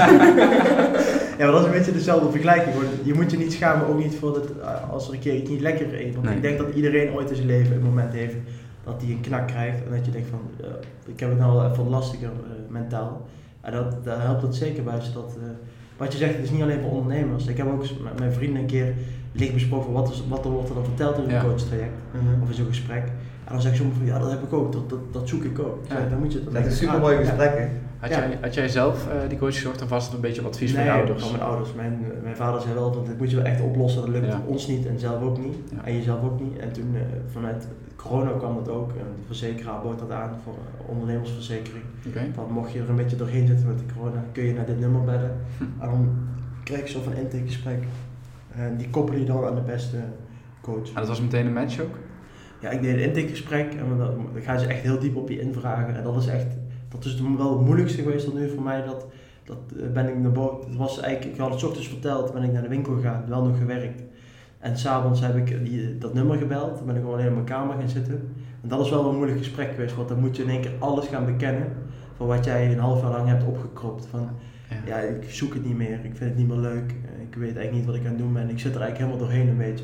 Ja, maar dat is een beetje dezelfde vergelijking. Je moet je niet schamen, ook niet voor dat, als er een keer iets niet lekker is. Want nee. Ik denk dat iedereen ooit in zijn leven een moment heeft dat hij een knak krijgt. En dat je denkt van, uh, ik heb het nou wel even lastiger uh, mentaal. En dat, daar helpt het zeker bij. Dat, uh, wat je zegt, het is niet alleen voor ondernemers. Ik heb ook met mijn vrienden een keer licht besproken wat, is, wat er wordt er dan verteld in een ja. coachtraject mm-hmm. of in zo'n gesprek. En dan zeg ik soms van ja, dat heb ik ook, dat, dat, dat zoek ik ook. Ja. Dan moet je, dat zijn super mooie gesprekken. Had, ja. jij, had jij zelf uh, die coach gezocht of was het een beetje wat advies nee, van je ouders? van mijn ouders. Mijn, mijn vader zei wel, want dit moet je wel echt oplossen, dat lukt ja. ons niet en zelf ook niet. Ja. En jezelf ook niet. En toen uh, vanuit corona kwam dat ook. En de verzekeraar bood dat aan voor ondernemersverzekering. Okay. Van mocht je er een beetje doorheen zitten met de corona, kun je naar dit nummer bellen. Hm. En dan kreeg ik zo van een intakegesprek. En die koppel je dan aan de beste coach. En dat was meteen een match ook? Ja, ik deed een intakegesprek en dan gaan ze echt heel diep op je invragen. En dat is echt, dat is wel het moeilijkste geweest tot nu voor mij. Dat, dat ben ik naar boven, het was eigenlijk, ik had het 's ochtends verteld, ben ik naar de winkel gegaan, wel nog gewerkt. En s'avonds heb ik die, dat nummer gebeld, dan ben ik gewoon in mijn kamer gaan zitten. En dat is wel een moeilijk gesprek geweest, want dan moet je in één keer alles gaan bekennen van wat jij een half jaar lang hebt opgekropt. Van, ja. ja, ik zoek het niet meer, ik vind het niet meer leuk, ik weet eigenlijk niet wat ik aan het doen ben, ik zit er eigenlijk helemaal doorheen een beetje.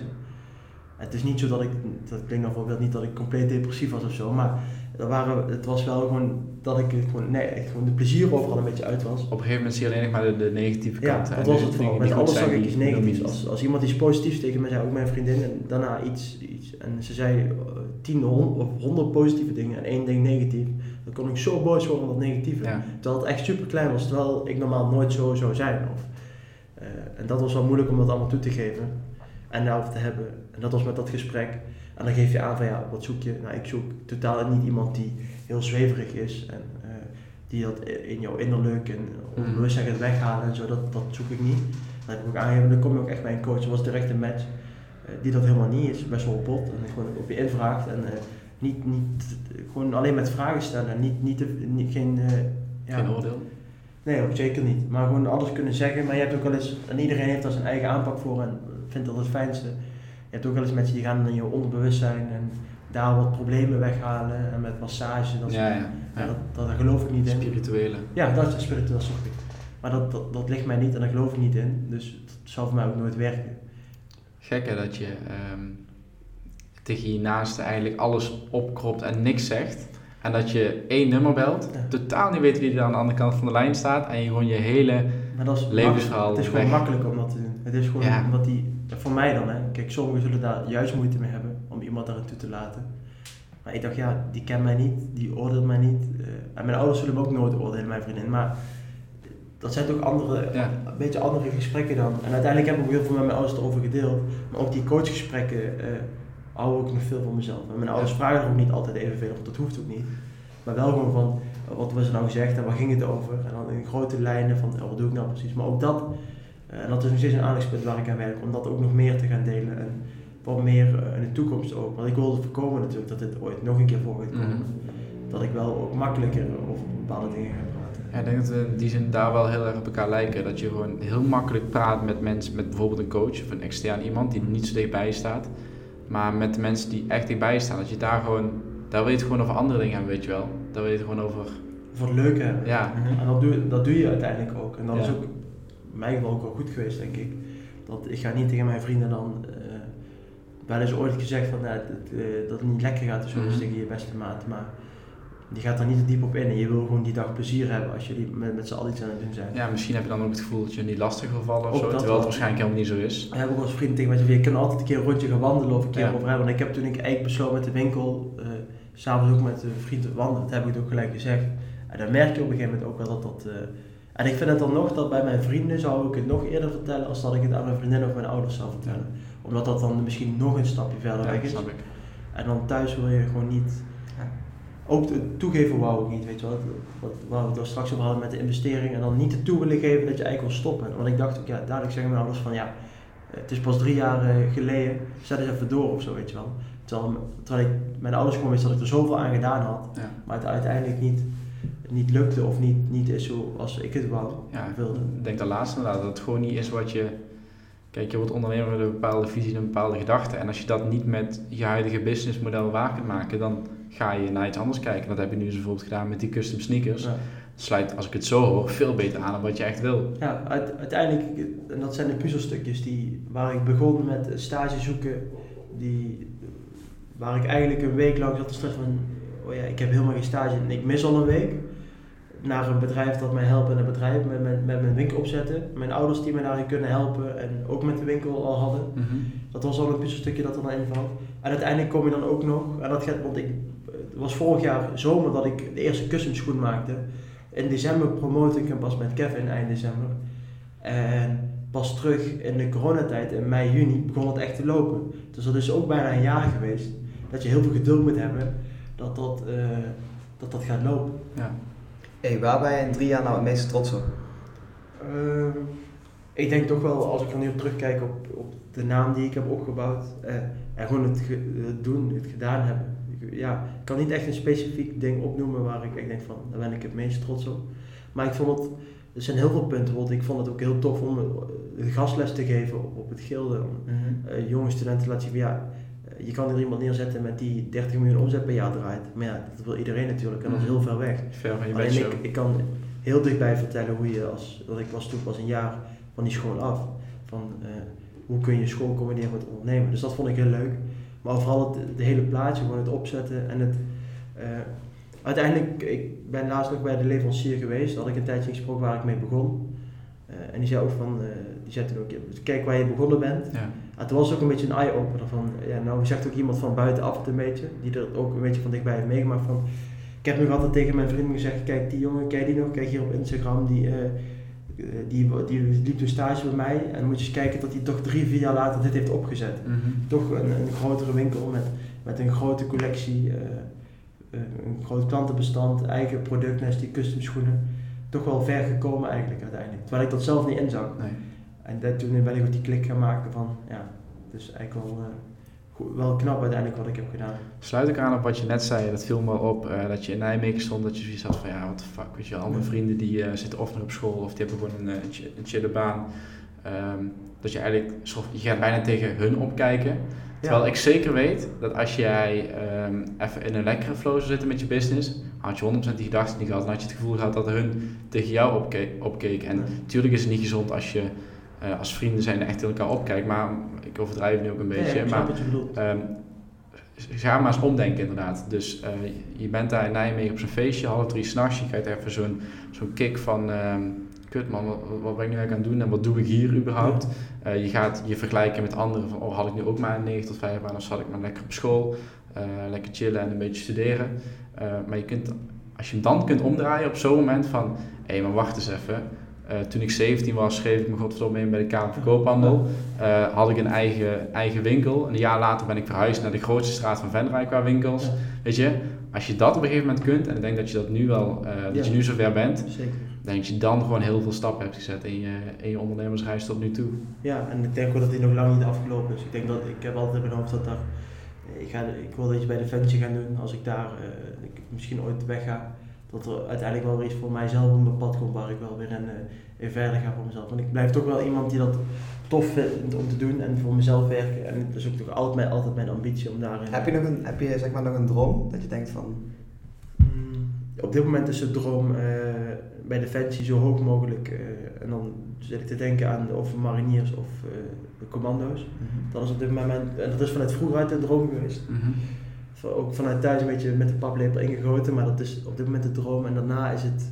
Het is niet zo dat ik, dat klinkt nou bijvoorbeeld niet dat ik compleet depressief was of zo, maar er waren, het was wel gewoon dat ik gewoon, nee, echt gewoon de plezier overal een beetje uit was. Op een gegeven moment zie je alleen nog maar de, de negatieve kant. Ja, dat was het vooral. Met alles zag ik iets negatiefs. Als, als iemand iets positiefs tegen me zei, ook mijn vriendin, en daarna iets, iets en ze zei uh, tien of honderd positieve dingen en één ding negatief, dan kon ik zo boos worden om dat negatieve. Ja. Terwijl het echt super klein was, terwijl ik normaal nooit zo zou zijn. Of, uh, en dat was wel moeilijk om dat allemaal toe te geven en daarover te hebben. En dat was met dat gesprek. En dan geef je aan van ja, wat zoek je? Nou, ik zoek totaal niet iemand die heel zweverig is en uh, die dat in jouw innerlijk en onbewustzijn gaat weghalen en zo, dat, dat zoek ik niet. Dan heb ik ook aangegeven, dan kom je ook echt bij een coach, dat was direct een match, uh, die dat helemaal niet is, best wel bot en gewoon op je invraagt en uh, niet, niet, gewoon alleen met vragen stellen en niet, niet, te, niet geen... Uh, ja, geen oordeel? Nee, ook zeker niet, maar gewoon alles kunnen zeggen, maar je hebt ook wel eens, en iedereen heeft daar zijn eigen aanpak voor en vindt dat het fijnste. Je hebt ook wel eens mensen die gaan in je onderbewustzijn en daar wat problemen weghalen en met massage. Dat, ja, ja, ja. Dat, dat, dat geloof ik niet in. Spirituele. Ja, dat is spiritueel, sorry. Maar dat, dat, dat ligt mij niet en daar geloof ik niet in. Dus dat zal voor mij ook nooit werken. Gek hè, dat je um, tegen je naaste eigenlijk alles opkropt en niks zegt. En dat je één nummer belt, ja. totaal niet weet wie er aan de andere kant van de lijn staat en je gewoon je hele maar dat is levensverhaal Het is gewoon weg. Makkelijk om dat te doen. Het is gewoon ja. omdat die, voor mij dan hè, kijk sommigen zullen daar juist moeite mee hebben om iemand daarin toe te laten. Maar ik dacht ja, die kent mij niet, die oordeelt mij niet. Uh, en mijn ouders zullen me ook nooit oordelen, mijn vriendin. Maar dat zijn toch andere, ja. een beetje andere gesprekken dan. En uiteindelijk heb ik ook heel veel met mijn ouders erover gedeeld. Maar ook die coachgesprekken uh, hou ik nog veel van mezelf. En mijn ouders ja. vragen er ook niet altijd evenveel of dat hoeft ook niet. Maar wel gewoon van, wat was er nou gezegd en waar ging het over? En dan in grote lijnen van, oh, wat doe ik nou precies? Maar ook dat, uh, en dat is nog steeds een aandachtspunt waar ik aan werk, om dat ook nog meer te gaan delen. En wat meer uh, in de toekomst ook. Want ik wilde voorkomen natuurlijk dat dit ooit nog een keer voor gaat komen. Mm-hmm. Dat ik wel ook makkelijker over bepaalde dingen ga praten. Ja, ik denk dat we in die zin daar wel heel erg op elkaar lijken. Dat je gewoon heel makkelijk praat met mensen, met bijvoorbeeld een coach of een extern iemand die er niet zo dichtbij staat. Maar met de mensen die echt dichtbij staan, dat je daar gewoon, daar wil je het gewoon over andere dingen hebben, weet je wel. Daar wil je het gewoon over... Voor het leuke hebben. Ja. Mm-hmm. En dat doe, dat doe je uiteindelijk ook. En dat ja. is ook in mijn geval ook wel goed geweest, denk ik. Dat ik ga niet tegen mijn vrienden dan... Uh, wel eens ooit gezegd van, nou, dat, uh, dat het niet lekker gaat, dus mm-hmm. tegen je beste maat. Maar die gaat er niet te diep op in en je wil gewoon die dag plezier hebben als jullie met, met z'n allen iets aan het doen zijn. Ja, misschien heb je dan ook het gevoel dat je niet lastig wil vallen of zo, terwijl het waarschijnlijk helemaal niet zo is. Ik heb ook als vriend tegen mij gezegd, je kan altijd een keer een rondje gaan wandelen of een keer ja. overrijden. Want ik heb toen ik eigenlijk besloot met de winkel, uh, s'avonds ook met een vriend te wandelen, dat heb ik het ook gelijk gezegd. En dan merk je op een gegeven moment ook wel dat dat... Uh, en ik vind het dan nog dat bij mijn vrienden zou ik het nog eerder vertellen als dat ik het aan mijn vriendin of mijn ouders zou vertellen. Ja. Omdat dat dan misschien nog een stapje verder ja, weg is. Snap ik. En dan thuis wil je gewoon niet... Ja. Ook het toegeven wou ik niet, weet je wel. Wat, wat we het er straks over hadden met de investering. En dan niet de toe willen geven dat je eigenlijk wil stoppen. Want ik dacht ook, ja, dadelijk zeggen mijn ouders van ja, het is pas drie jaar geleden, zet eens even door of zo, weet je wel. Terwijl, terwijl ik mijn ouders gewoon wist dat ik er zoveel aan gedaan had. Ja. Maar het uiteindelijk niet, niet lukte of niet, niet is zoals ik het wou, ja, wilde. Ik denk dat laatste inderdaad, dat het gewoon niet is wat je... Kijk, je wordt ondernemer met een bepaalde visie en een bepaalde gedachte. En als je dat niet met je huidige businessmodel waar kunt maken, dan ga je naar iets anders kijken. Dat heb je nu dus bijvoorbeeld gedaan met die custom sneakers. Ja. Dat sluit, als ik het zo hoor, veel beter aan op wat je echt wil. Ja, uiteindelijk, en dat zijn de puzzelstukjes die, waar ik begon met stage zoeken, die, waar ik eigenlijk een week lang zat te stressen van, oh ja, ik heb helemaal geen stage en ik mis al een week. Naar een bedrijf dat mij helpt in een bedrijf met, met, met mijn winkel opzetten. Mijn ouders die mij daarin kunnen helpen en ook met de winkel al hadden. Mm-hmm. Dat was al een puzzelstukje dat er dan invalt. En uiteindelijk kom je dan ook nog, en dat gaat, want ik, het was vorig jaar zomer dat ik de eerste custom schoen maakte. In december promote ik hem pas met Kevin eind december. En pas terug in de coronatijd, in mei, juni, begon het echt te lopen. Dus dat is ook bijna een jaar geweest. Dat je heel veel geduld moet hebben dat dat, uh, dat, dat gaat lopen. Ja. Hey, waar ben je in drie jaar nou het meest trots op? Uh, ik denk toch wel, als ik er nu op terugkijk op, op de naam die ik heb opgebouwd uh, en gewoon het, ge, het doen, het gedaan hebben. Ik, ja, ik kan niet echt een specifiek ding opnoemen waar ik echt denk van, daar ben ik het meest trots op. Maar ik vond het, er zijn heel veel punten, want ik vond het ook heel tof om een gastles te geven op, op het Gilde. Om mm-hmm. uh, jonge studenten te laten zien van ja, je kan er iemand neerzetten met die dertig miljoen omzet per jaar draait. Maar ja, dat wil iedereen natuurlijk en dat is heel ver weg. Ver van je Alleen ik, ik kan heel dichtbij vertellen hoe je als, want ik was toen pas een jaar van die school af. Van uh, hoe kun je school combineren met ondernemen. Dus dat vond ik heel leuk. Maar vooral het de hele plaatje, gewoon het opzetten en het... Uh, uiteindelijk, ik ben laatst nog bij de leverancier geweest. Daar had ik een tijdje gesproken waar ik mee begon. Uh, en die zei ook van, uh, die zei toen ook, kijk waar je begonnen bent. Ja. Het was ook een beetje een eye-opener van, ja, nou zegt ook iemand van buitenaf het een beetje, die er ook een beetje van dichtbij heeft meegemaakt van, ik heb nog altijd tegen mijn vrienden gezegd, kijk die jongen, kijk die nog, kijk hier op Instagram, die, uh, die, die, die liep een stage bij mij en moet je eens kijken dat hij toch drie, vier jaar later dit heeft opgezet. Mm-hmm. Toch een, een grotere winkel met, met een grote collectie, uh, uh, een groot klantenbestand, eigen productnest, die custom schoenen. Toch wel ver gekomen eigenlijk uiteindelijk, terwijl ik dat zelf niet inzag. Nee. En dat, toen ben ik ook die klik gaan maken van, ja, dus eigenlijk wel, uh, goed, wel knap uiteindelijk wat ik heb gedaan. Sluit ik aan op wat je net zei, dat viel me op, uh, dat je in Nijmegen stond, dat je zoiets had van, ja, what the fuck, weet je, al mijn vrienden die uh, zitten of nog op school of die hebben gewoon een, uh, een chille baan. Um, dat je eigenlijk, je gaat bijna tegen hun opkijken. Terwijl ja. ik zeker weet dat als jij um, even in een lekkere flow zou zitten met je business, had je honderd procent die gedachten niet gehad en had je het gevoel gehad dat hun tegen jou opke- opkeken. En natuurlijk is het niet gezond als je uh, als vrienden zijn echt tegen elkaar opkijkt, maar ik overdrijf nu ook een beetje. Ja, ja, maar um, ga maar eens omdenken inderdaad. Dus uh, je bent daar in Nijmegen op zo'n feestje, half drie s'nachts, je krijgt even zo'n, zo'n kick van... Um, kut man, wat, wat ben ik nu eigenlijk aan het doen en wat doe ik hier überhaupt? Ja. Uh, je gaat je vergelijken met anderen van, oh had ik nu ook maar een negen tot vijf baan of zat ik maar lekker op school, uh, lekker chillen en een beetje studeren. Uh, maar je kunt, als je hem dan kunt omdraaien op zo'n moment van, hé hey, maar wacht eens even, uh, toen ik zeventien was schreef ik me godverdomme in bij de Kamer van Koophandel, uh, had ik een eigen, eigen winkel en een jaar later ben ik verhuisd naar de grootste straat van Venray qua winkels. Ja. Weet je, als je dat op een gegeven moment kunt, en ik denk dat je dat nu wel, uh, dat ja. je nu zover bent, zeker. denk dat je dan gewoon heel veel stappen hebt gezet in je, in je ondernemersreis tot nu toe. Ja, en ik denk ook dat die nog lang niet afgelopen is. Ik denk dat, ik heb altijd in mijn hoofd dat daar, ik, ga, ik wil iets bij Defensie gaan doen als ik daar uh, ik misschien ooit weg ga. Dat er uiteindelijk wel weer iets voor mijzelf op mijn pad komt waar ik wel weer in, uh, in verder ga voor mezelf. Want ik blijf toch wel iemand die dat tof vindt om te doen en voor mezelf werken. En dat is ook toch altijd mijn, altijd mijn ambitie om daarin... Heb je, nog een, heb je zeg maar nog een droom dat je denkt van... Mm, op dit moment is de droom uh, bij Defensie zo hoog mogelijk. Uh, en dan zit ik te denken aan of mariniers of uh, de commando's. Mm-hmm. Dat is op dit moment, en dat is vanuit vroeger uit een droom geweest. Mm-hmm. ook vanuit thuis een beetje met de paplepel ingegoten, maar dat is op dit moment de droom. En daarna is het,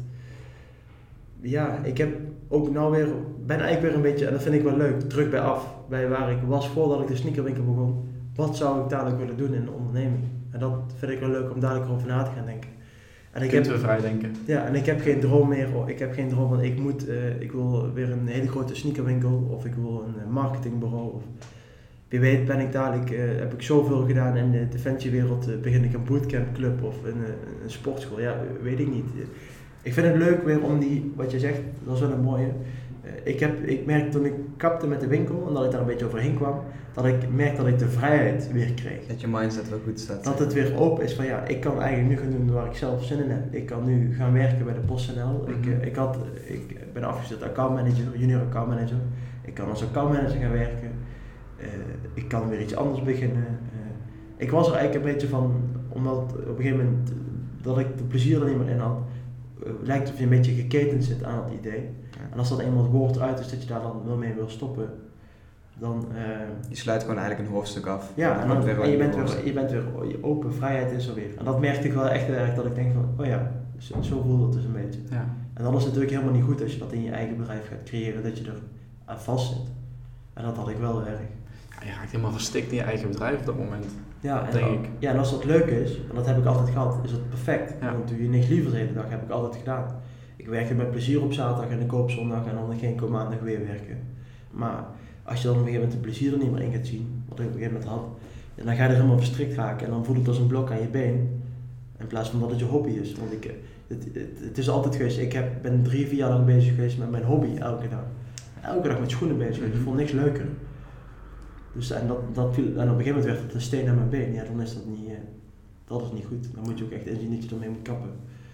ja, ik heb ook nou weer, ben eigenlijk weer een beetje, en dat vind ik wel leuk, terug bij af, bij waar ik was voordat ik de sneakerwinkel begon. Wat zou ik dadelijk willen doen in een onderneming? En dat vind ik wel leuk om dadelijk over na te gaan denken. En ik Kunt heb, we vrij denken. Ja, en ik heb geen droom meer, ik heb geen droom van ik moet, uh, ik wil weer een hele grote sneakerwinkel of ik wil een marketingbureau. Of, wie weet ben ik dadelijk, uh, heb ik zoveel gedaan in de defensiewereld, uh, begin ik een bootcampclub of een, uh, een sportschool, ja, weet ik niet. Ik vind het leuk weer om die, wat je zegt, dat is wel een mooie. Uh, ik, heb, ik merkte toen ik kapte met de winkel en dat ik daar een beetje overheen kwam, dat ik merkte dat ik de vrijheid weer kreeg. Dat je mindset wel goed staat. Dat het weer open is van ja, ik kan eigenlijk nu gaan doen waar ik zelf zin in heb. Ik kan nu gaan werken bij de PostNL. Mm-hmm. Ik, uh, ik, had, ik ben afgestudeerd accountmanager, junior accountmanager. Ik kan als accountmanager gaan werken. Uh, ik kan weer iets anders beginnen. Uh, ik was er eigenlijk een beetje van, omdat op een gegeven moment dat ik de plezier er niet meer in had, uh, lijkt of je een beetje geketend zit aan het idee. Ja. En als dat eenmaal het woord uit is dat je daar dan wel mee wil stoppen, dan... Uh, je sluit gewoon eigenlijk een hoofdstuk af. Ja, en, dan, en je, bent weer, je bent weer je open, vrijheid is er weer. En dat merkte ik wel echt erg, dat ik denk van, oh ja, zo, zo voelt het dus een beetje. Ja. En dan is het natuurlijk helemaal niet goed als je dat in je eigen bedrijf gaat creëren, dat je er aan vast zit. En dat had ik wel erg. Ja, je raakt helemaal verstikt in je eigen bedrijf op dat moment. Ja, en, denk al, ik. Ja, en als dat leuk is, en dat heb ik altijd gehad, is dat perfect. Ja. Want doe je niks liever de hele dag, heb ik altijd gedaan. Ik werkte met plezier op zaterdag en ik op zondag en dan ging ik op maandag weer werken. Maar als je dan op een gegeven moment de plezier er niet meer in gaat zien, wat ik op een gegeven moment had, en dan ga je er helemaal verstrikt raken en dan voelt het als een blok aan je been. In plaats van dat het je hobby is. Want ik, het, het, het is altijd geweest, ik heb, ben drie, vier jaar lang bezig geweest met mijn hobby elke dag. Elke dag met schoenen bezig, mm-hmm. Ik vond niks leuker. Dus en, dat, dat viel, en op een gegeven moment werd het een steen aan mijn been. Ja, dan is dat niet, uh, dat is niet goed. Dan moet je ook echt inzien dat je ermee moet kappen.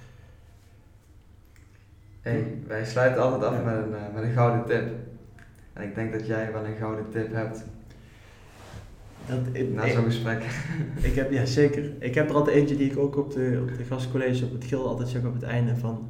Hey, wij sluiten altijd af ja. met, een, uh, met een gouden tip. En ik denk dat jij wel een gouden tip hebt. Dat, ik, Na zo'n gesprek. Ik heb, ja, zeker. Ik heb er altijd eentje die ik ook op de, op de gastcollege op het Gil altijd zeg op het einde van...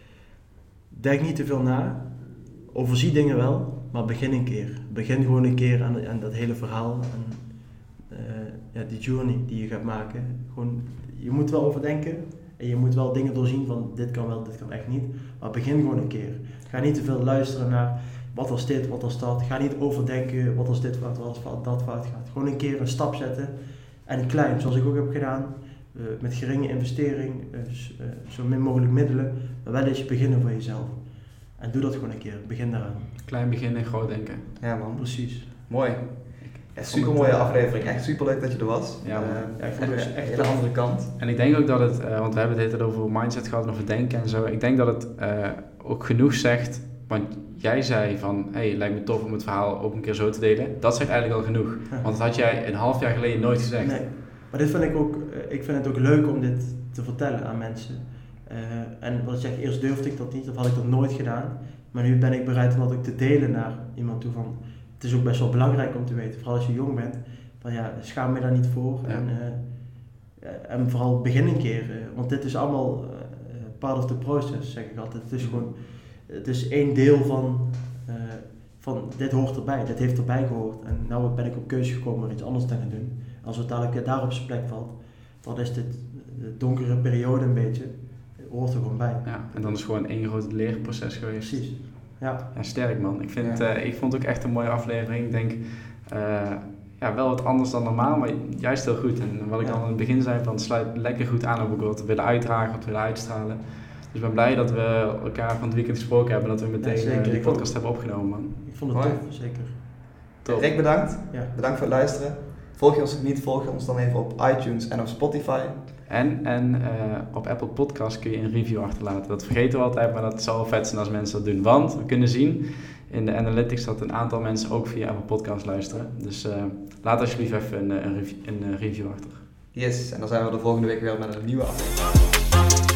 Denk niet te veel na. Overzie dingen wel, maar begin een keer. Begin gewoon een keer aan, aan dat hele verhaal. En, uh, ja, die journey die je gaat maken. Gewoon, je moet wel overdenken. En je moet wel dingen doorzien van dit kan wel, dit kan echt niet. Maar begin gewoon een keer. Ga niet te veel luisteren naar wat als dit, wat als dat. Ga niet overdenken wat als dit fout, wat als fout, dat fout gaat. Gewoon een keer een stap zetten. En klein, zoals ik ook heb gedaan. Uh, met geringe investering, uh, uh, zo min mogelijk middelen. Maar wel eens beginnen voor jezelf. En doe dat gewoon een keer, begin daaraan. Klein beginnen en groot denken. Ja man. Precies. Mooi. Ja, super mooie aflevering, echt super leuk dat je er was. Ja, uh, ja ik vond het echt, echt de andere kant. En ik denk ook dat het, uh, want we hebben het hele over mindset gehad en over denken en zo. Ik denk dat het uh, ook genoeg zegt, want jij zei van, hé, hey, lijkt me tof om het verhaal ook een keer zo te delen. Dat zegt eigenlijk al genoeg, ja. Want dat had jij een half jaar geleden nooit gezegd. Nee, maar dit vind ik ook, uh, ik vind het ook leuk om dit te vertellen aan mensen. Uh, en wat ik zeg, eerst durfde ik dat niet, of had ik dat nooit gedaan. Maar nu ben ik bereid om dat ook te delen naar iemand toe van... Het is ook best wel belangrijk om te weten, vooral als je jong bent, van ja, schaam me daar niet voor. Ja. En, uh, en vooral begin een keer, uh, want dit is allemaal uh, part of the process, zeg ik altijd. Het is gewoon, het is één deel van, uh, van dit hoort erbij, dit heeft erbij gehoord. En nu ben ik op keuze gekomen om iets anders te gaan doen. Als het dadelijk daar op zijn plek valt, dan is dit de donkere periode een beetje, hoort er gewoon bij. Ja, en dan is het gewoon één groot leerproces geweest. Precies. Ja. Ja, sterk man. Ik, vind, ja. uh, ik vond het ook echt een mooie aflevering. Ik denk, uh, ja, wel wat anders dan normaal, maar juist heel goed. En wat ik ja. al in het begin zei, van het sluit lekker goed aan op wat we willen uitdragen, wat we willen uitstralen. Dus ik ben blij dat we elkaar van het weekend gesproken hebben en dat we meteen ja, uh, die podcast hebben opgenomen, man. Ik vond het tof, zeker. Top. Rick, bedankt. Ja. Bedankt voor het luisteren. Volg je ons of niet, volg je ons dan even op iTunes en op Spotify. En, en uh, op Apple Podcast kun je een review achterlaten. Dat vergeten we altijd, maar dat zal vet zijn als mensen dat doen. Want we kunnen zien in de analytics dat een aantal mensen ook via Apple Podcast luisteren. Dus uh, laat alsjeblieft even een, een, review, een review achter. Yes, en dan zijn we de volgende week weer met een nieuwe aflevering.